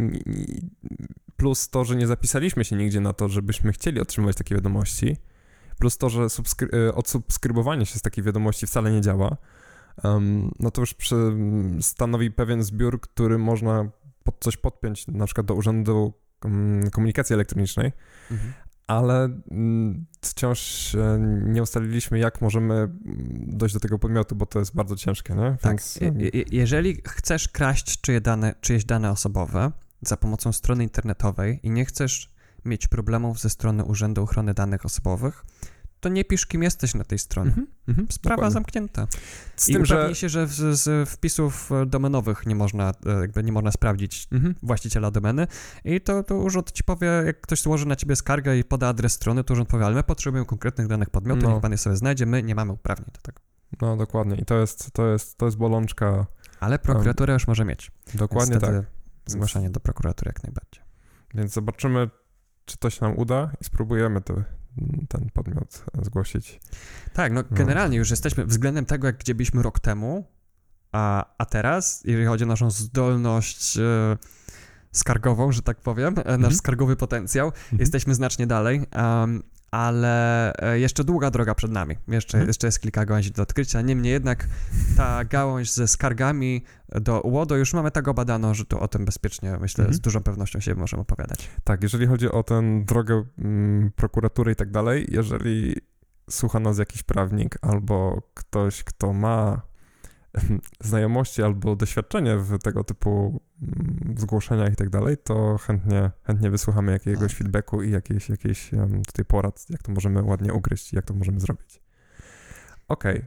plus to, że nie zapisaliśmy się nigdzie na to, żebyśmy chcieli otrzymywać takie wiadomości, plus to, że odsubskrybowanie się z takiej wiadomości wcale nie działa, no to już stanowi pewien zbiór, który można pod coś podpiąć, na przykład do Urzędu Komunikacji Elektronicznej, ale wciąż nie ustaliliśmy, jak możemy dojść do tego podmiotu, bo to jest bardzo ciężkie, nie? Tak, Więc... jeżeli chcesz kraść czyjeś dane osobowe za pomocą strony internetowej i nie chcesz mieć problemów ze strony Urzędu Ochrony Danych Osobowych, to nie pisz, kim jesteś na tej stronie. Sprawa dokładnie. Zamknięta. Z I tym, upewnij się, że z wpisów domenowych nie można sprawdzić właściciela domeny i to urząd ci powie, jak ktoś złoży na ciebie skargę i poda adres strony, to urząd powie, ale my potrzebujemy konkretnych danych podmiotu, niech pan je sobie znajdzie, my nie mamy uprawnień do tego. No dokładnie i to jest bolączka. Ale prokuratura już może mieć. Dokładnie tak. Zgłaszanie do prokuratury jak najbardziej. Więc zobaczymy, czy to się nam uda i spróbujemy ten podmiot zgłosić. Tak, no generalnie już jesteśmy względem tego, gdzie byliśmy rok temu, a teraz, jeżeli chodzi o naszą zdolność skargową, że tak powiem, nasz skargowy potencjał, jesteśmy znacznie dalej, ale jeszcze długa droga przed nami. Jeszcze jest kilka gałęzi do odkrycia. Niemniej jednak ta gałąź ze skargami do UODO już mamy tak obadano, że tu o tym bezpiecznie, myślę, z dużą pewnością się możemy opowiadać. Tak, jeżeli chodzi o tę drogę prokuratury i tak dalej, jeżeli słucha nas jakiś prawnik albo ktoś, kto ma znajomości albo doświadczenie w tego typu zgłoszeniach i tak dalej, to chętnie wysłuchamy jakiegoś feedbacku i jakiejś tutaj porad, jak to możemy ładnie ugryźć i jak to możemy zrobić. Okej.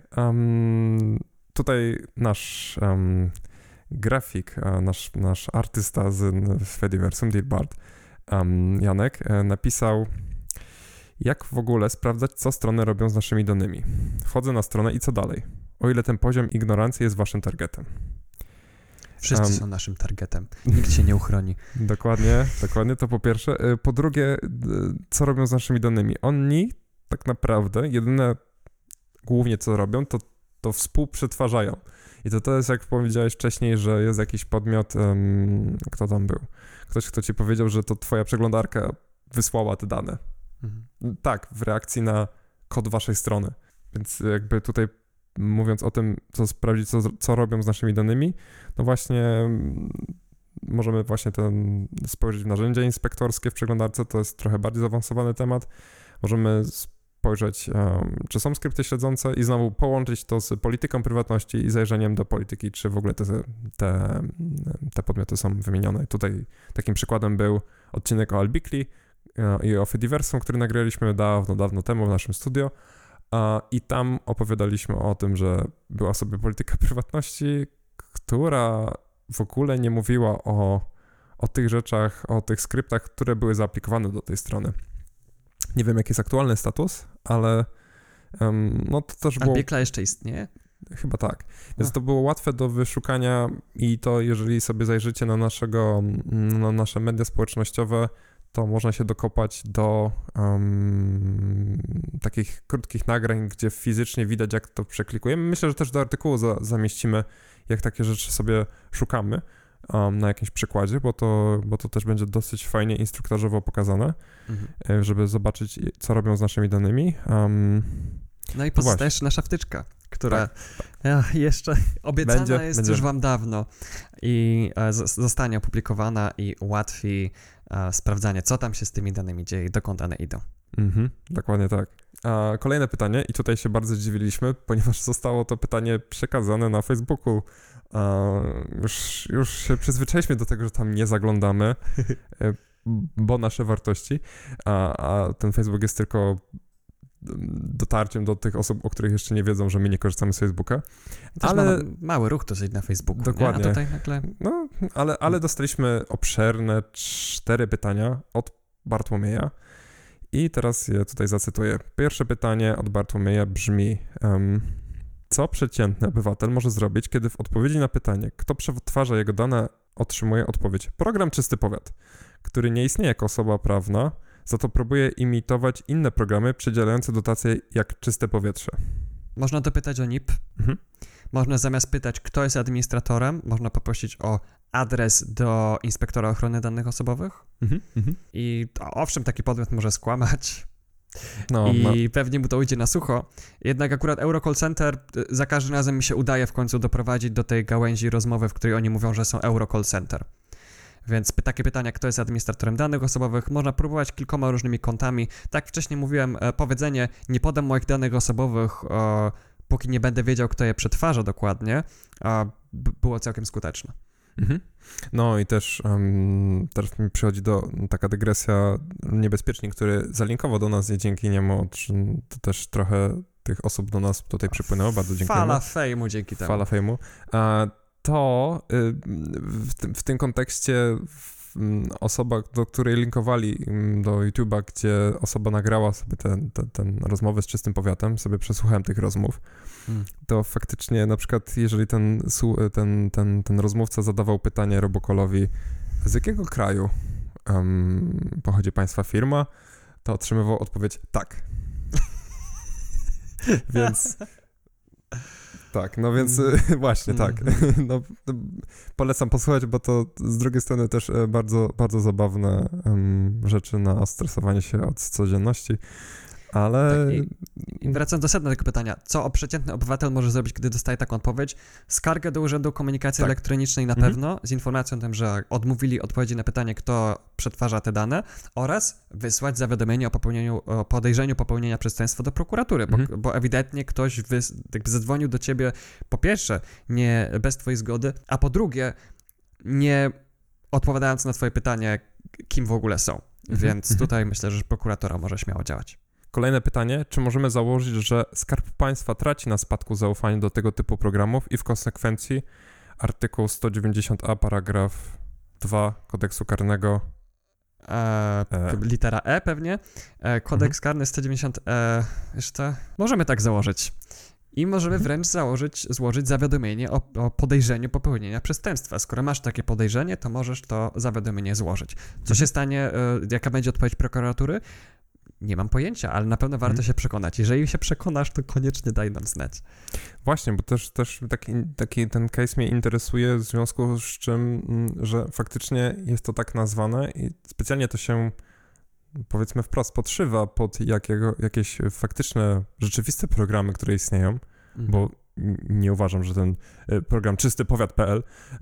Tutaj nasz grafik, nasz artysta z Fediversum, Dilbard, Janek, napisał: jak w ogóle sprawdzać, co strony robią z naszymi danymi? Wchodzę na stronę i co dalej? O ile ten poziom ignorancji jest waszym targetem. Wszyscy są naszym targetem. Nikt się nie uchroni. Dokładnie, to po pierwsze. Po drugie, co robią z naszymi danymi? Oni tak naprawdę jedyne głównie co robią, to współprzetwarzają. I to jest, jak powiedziałeś wcześniej, że jest jakiś podmiot, kto tam był? Ktoś, kto ci powiedział, że to twoja przeglądarka wysłała te dane. Tak, w reakcji na kod waszej strony. Więc jakby tutaj mówiąc o tym, co sprawdzić, co robią z naszymi danymi, no właśnie możemy właśnie spojrzeć w narzędzia inspektorskie w przeglądarce, to jest trochę bardziej zaawansowany temat. Możemy spojrzeć, czy są skrypty śledzące i znowu połączyć to z polityką prywatności i zajrzeniem do polityki, czy w ogóle te podmioty są wymienione. Tutaj takim przykładem był odcinek o Albicli i o Fediversum, który nagraliśmy dawno temu w naszym studio. I tam opowiadaliśmy o tym, że była sobie polityka prywatności, która w ogóle nie mówiła o tych rzeczach, o tych skryptach, które były zaaplikowane do tej strony. Nie wiem, jaki jest aktualny status, ale no to też było... Albicla jeszcze istnieje? Chyba tak. Więc to było łatwe do wyszukania i to jeżeli sobie zajrzycie na nasze media społecznościowe, to można się dokopać do takich krótkich nagrań, gdzie fizycznie widać, jak to przeklikujemy. Myślę, że też do artykułu zamieścimy, jak takie rzeczy sobie szukamy na jakimś przykładzie, bo to też będzie dosyć fajnie instruktażowo pokazane, żeby zobaczyć, co robią z naszymi danymi. No i pozostaje jeszcze nasza wtyczka, która jeszcze obiecana jest już wam dawno i zostanie opublikowana i ułatwi sprawdzanie, co tam się z tymi danymi dzieje i dokąd one idą. Dokładnie tak. Kolejne pytanie i tutaj się bardzo zdziwiliśmy, ponieważ zostało to pytanie przekazane na Facebooku. Już się przyzwyczailiśmy do tego, że tam nie zaglądamy, bo nasze wartości, a ten Facebook jest tylko dotarciem do tych osób, o których jeszcze nie wiedzą, że my nie korzystamy z Facebooka. Ale mały ruch dosyć na Facebooku. Dokładnie. Nie? A tutaj nagle... No, ale dostaliśmy obszerne 4 pytania od Bartłomieja i teraz je tutaj zacytuję. Pierwsze pytanie od Bartłomieja brzmi: co przeciętny obywatel może zrobić, kiedy w odpowiedzi na pytanie, kto przetwarza jego dane, otrzymuje odpowiedź: program Czysty Powiat, który nie istnieje jako osoba prawna, za to próbuje imitować inne programy przydzielające dotacje jak Czyste Powietrze. Można dopytać o NIP. można zamiast pytać, kto jest administratorem, można poprosić o adres do inspektora ochrony danych osobowych. I owszem, taki podmiot może skłamać. I pewnie mu to ujdzie na sucho. Jednak akurat Eurocall Center za każdym razem mi się udaje w końcu doprowadzić do tej gałęzi rozmowy, w której oni mówią, że są Eurocall Center. Więc takie pytania, kto jest administratorem danych osobowych, można próbować kilkoma różnymi kątami. Tak wcześniej mówiłem, powiedzenie, nie podam moich danych osobowych, póki nie będę wiedział, kto je przetwarza dokładnie, było całkiem skuteczne. No i też teraz mi przychodzi taka dygresja, niebezpiecznik, który zalinkował do nas i dzięki niemu to też trochę tych osób do nas tutaj przypłynęło, bardzo dziękuję. Fala fejmu dzięki temu. Fala fejmu. To w tym kontekście osoba, do której linkowali do YouTube'a, gdzie osoba nagrała sobie ten rozmowę z czystym powiatem, sobie przesłuchałem tych rozmów, to faktycznie na przykład jeżeli ten rozmówca zadawał pytanie Robocallowi, z jakiego kraju pochodzi państwa firma, to otrzymywał odpowiedź tak. Więc... Tak, no więc właśnie tak. No, polecam posłuchać, bo to z drugiej strony też bardzo, bardzo zabawne rzeczy na stresowanie się od codzienności, ale... Tak, i wracam do sedna tego pytania. Co przeciętny obywatel może zrobić, gdy dostaje taką odpowiedź? Skargę do Urzędu Komunikacji Elektronicznej na pewno, z informacją o tym, że odmówili odpowiedzi na pytanie, kto przetwarza te dane, oraz wysłać zawiadomienie o podejrzeniu popełnienia przestępstwa do prokuratury, bo ewidentnie ktoś jakby zadzwonił do ciebie, po pierwsze, nie bez twojej zgody, a po drugie, nie odpowiadając na twoje pytanie, kim w ogóle są. Więc tutaj myślę, że prokuratura może śmiało działać. Kolejne pytanie, czy możemy założyć, że Skarb Państwa traci na spadku zaufanie do tego typu programów i w konsekwencji artykuł 190a paragraf 2 kodeksu karnego litera E pewnie, kodeks karny 190e, jeszcze możemy tak założyć. I możemy wręcz złożyć zawiadomienie o podejrzeniu popełnienia przestępstwa. Skoro masz takie podejrzenie, to możesz to zawiadomienie złożyć. Co się stanie, jaka będzie odpowiedź prokuratury? Nie mam pojęcia, ale na pewno warto się przekonać. Jeżeli się przekonasz, to koniecznie daj nam znać. Właśnie, bo też taki ten case mnie interesuje, w związku z czym, że faktycznie jest to tak nazwane i specjalnie to się, powiedzmy wprost, podszywa pod jakieś faktyczne, rzeczywiste programy, które istnieją, bo nie uważam, że ten program czystypowiat.pl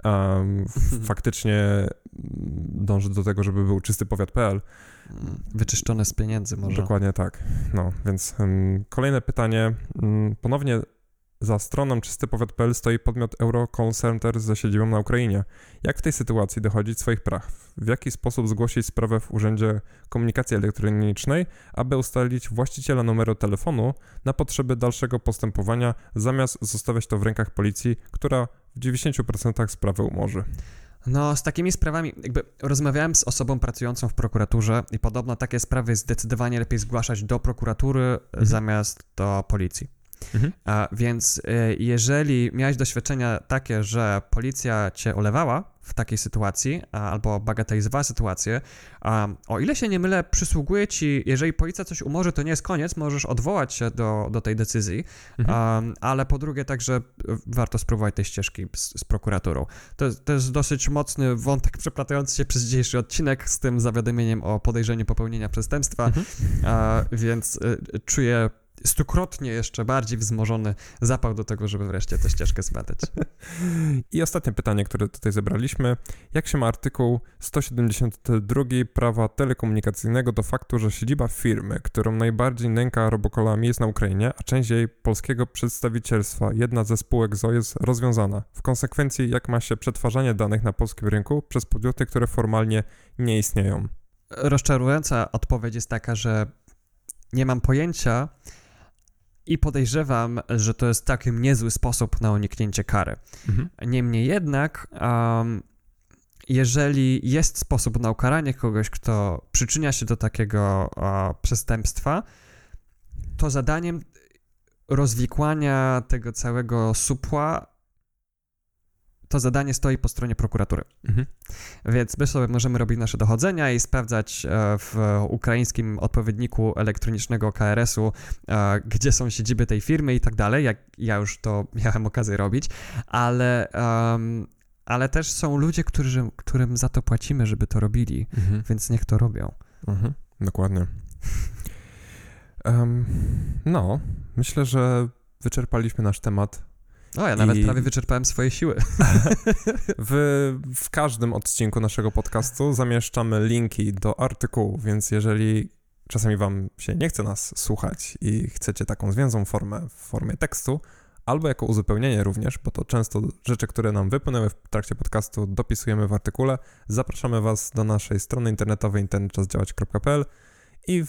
faktycznie dąży do tego, żeby był czystypowiat.pl. Wyczyszczone z pieniędzy może. Dokładnie tak. No, więc kolejne pytanie. Ponownie za stroną czystypowiat.pl stoi podmiot Eurocall Center z siedzibą na Ukrainie. Jak w tej sytuacji dochodzić swoich praw? W jaki sposób zgłosić sprawę w Urzędzie Komunikacji Elektronicznej, aby ustalić właściciela numeru telefonu na potrzeby dalszego postępowania, zamiast zostawiać to w rękach policji, która w 90% sprawy umorzy? No, z takimi sprawami, jakby rozmawiałem z osobą pracującą w prokuraturze i podobno takie sprawy zdecydowanie lepiej zgłaszać do prokuratury zamiast do policji. Więc jeżeli miałeś doświadczenia takie, że policja cię olewała w takiej sytuacji albo bagatelizowała sytuację, o ile się nie mylę, przysługuje ci, jeżeli policja coś umorzy, to nie jest koniec, możesz odwołać się do tej decyzji, ale po drugie także warto spróbować tej ścieżki z prokuraturą. To jest dosyć mocny wątek przeplatający się przez dzisiejszy odcinek z tym zawiadomieniem o podejrzeniu popełnienia przestępstwa, więc czuję stukrotnie jeszcze bardziej wzmożony zapał do tego, żeby wreszcie tę ścieżkę zbadać. I ostatnie pytanie, które tutaj zebraliśmy. Jak się ma artykuł 172 prawa telekomunikacyjnego do faktu, że siedziba firmy, którą najbardziej nęka robocallami, jest na Ukrainie, a część jej polskiego przedstawicielstwa, jedna ze spółek ZO, jest rozwiązana? W konsekwencji, jak ma się przetwarzanie danych na polskim rynku przez podmioty, które formalnie nie istnieją? Rozczarowująca odpowiedź jest taka, że nie mam pojęcia i podejrzewam, że to jest całkiem niezły sposób na uniknięcie kary. Niemniej jednak, jeżeli jest sposób na ukaranie kogoś, kto przyczynia się do takiego przestępstwa, to zadaniem rozwikłania tego całego supła to zadanie stoi po stronie prokuratury. Więc my sobie możemy robić nasze dochodzenia i sprawdzać w ukraińskim odpowiedniku elektronicznego KRS-u, gdzie są siedziby tej firmy i tak dalej, jak ja już to miałem okazję robić, ale też są ludzie, którym za to płacimy, żeby to robili, więc niech to robią. Dokładnie. No, myślę, że wyczerpaliśmy nasz temat. Ja nawet prawie wyczerpałem swoje siły. W każdym odcinku naszego podcastu zamieszczamy linki do artykułów, więc jeżeli czasami wam się nie chce nas słuchać i chcecie taką zwięzłą formę w formie tekstu, albo jako uzupełnienie również, bo to często rzeczy, które nam wypłynęły w trakcie podcastu, dopisujemy w artykule, zapraszamy was do naszej strony internetowej internetczasdziałać.pl i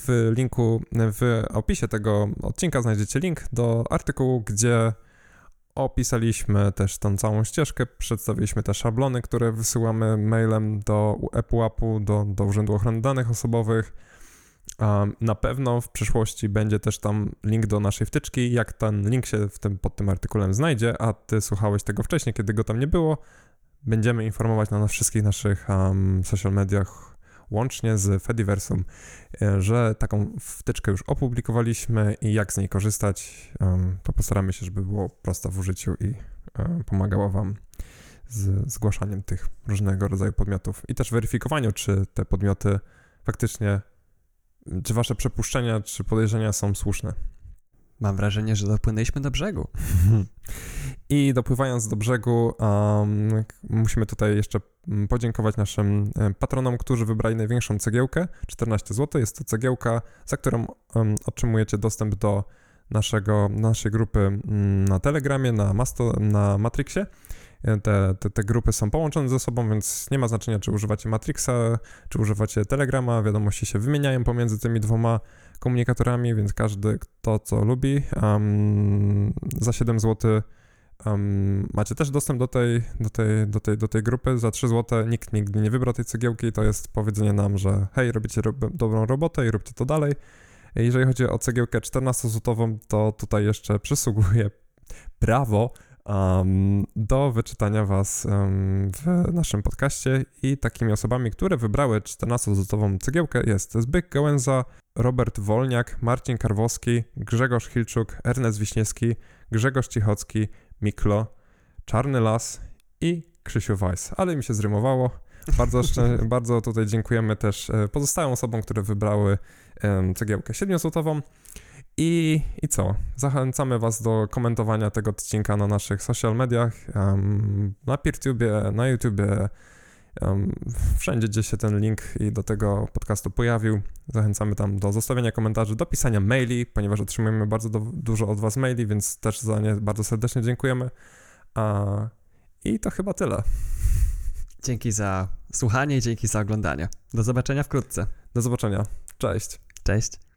w opisie tego odcinka znajdziecie link do artykułu, gdzie opisaliśmy też tą całą ścieżkę, przedstawiliśmy te szablony, które wysyłamy mailem do ePUAP-u, do Urzędu Ochrony Danych Osobowych. Na pewno w przyszłości będzie też tam link do naszej wtyczki. Jak ten link się pod tym artykułem znajdzie, a ty słuchałeś tego wcześniej, kiedy go tam nie było, będziemy informować na wszystkich naszych social mediach, łącznie z Fediversum, że taką wtyczkę już opublikowaliśmy i jak z niej korzystać, to postaramy się, żeby było prosto w użyciu i pomagało wam z zgłaszaniem tych różnego rodzaju podmiotów i też weryfikowaniu, czy te podmioty faktycznie, czy wasze przypuszczenia, czy podejrzenia są słuszne. Mam wrażenie, że dopłynęliśmy do brzegu. I dopływając do brzegu, musimy tutaj jeszcze podziękować naszym patronom, którzy wybrali największą cegiełkę, 14 zł. Jest to cegiełka, za którą otrzymujecie dostęp do naszej grupy na Telegramie, na Matrixie. Te grupy są połączone ze sobą, więc nie ma znaczenia, czy używacie Matrixa, czy używacie Telegrama. Wiadomości się wymieniają pomiędzy tymi dwoma komunikatorami, więc każdy kto co lubi. Za 7 zł macie też dostęp do tej grupy. Za 3 zł nikt nigdy nie wybrał tej cegiełki. To jest powiedzenie nam, że hej, robicie dobrą robotę i róbcie to dalej. Jeżeli chodzi o cegiełkę 14-złotową, to tutaj jeszcze przysługuje prawo do wyczytania was w naszym podcaście i takimi osobami, które wybrały 14-złotową cegiełkę jest Zbyk Gałęza, Robert Wolniak, Marcin Karwowski, Grzegorz Hilczuk, Ernest Wiśniewski, Grzegorz Cichocki, Miklo, Czarny Las i Krzysiu Weiss, ale mi się zrymowało. Bardzo tutaj dziękujemy też pozostałym osobom, które wybrały cegiełkę 7-złotową. I co? Zachęcamy was do komentowania tego odcinka na naszych social mediach, na PeerTubie, na YouTubie, wszędzie, gdzie się ten link i do tego podcastu pojawił. Zachęcamy tam do zostawienia komentarzy, do pisania maili, ponieważ otrzymujemy bardzo dużo od was maili, więc też za nie bardzo serdecznie dziękujemy. I to chyba tyle. Dzięki za słuchanie i dzięki za oglądanie. Do zobaczenia wkrótce. Do zobaczenia. Cześć. Cześć.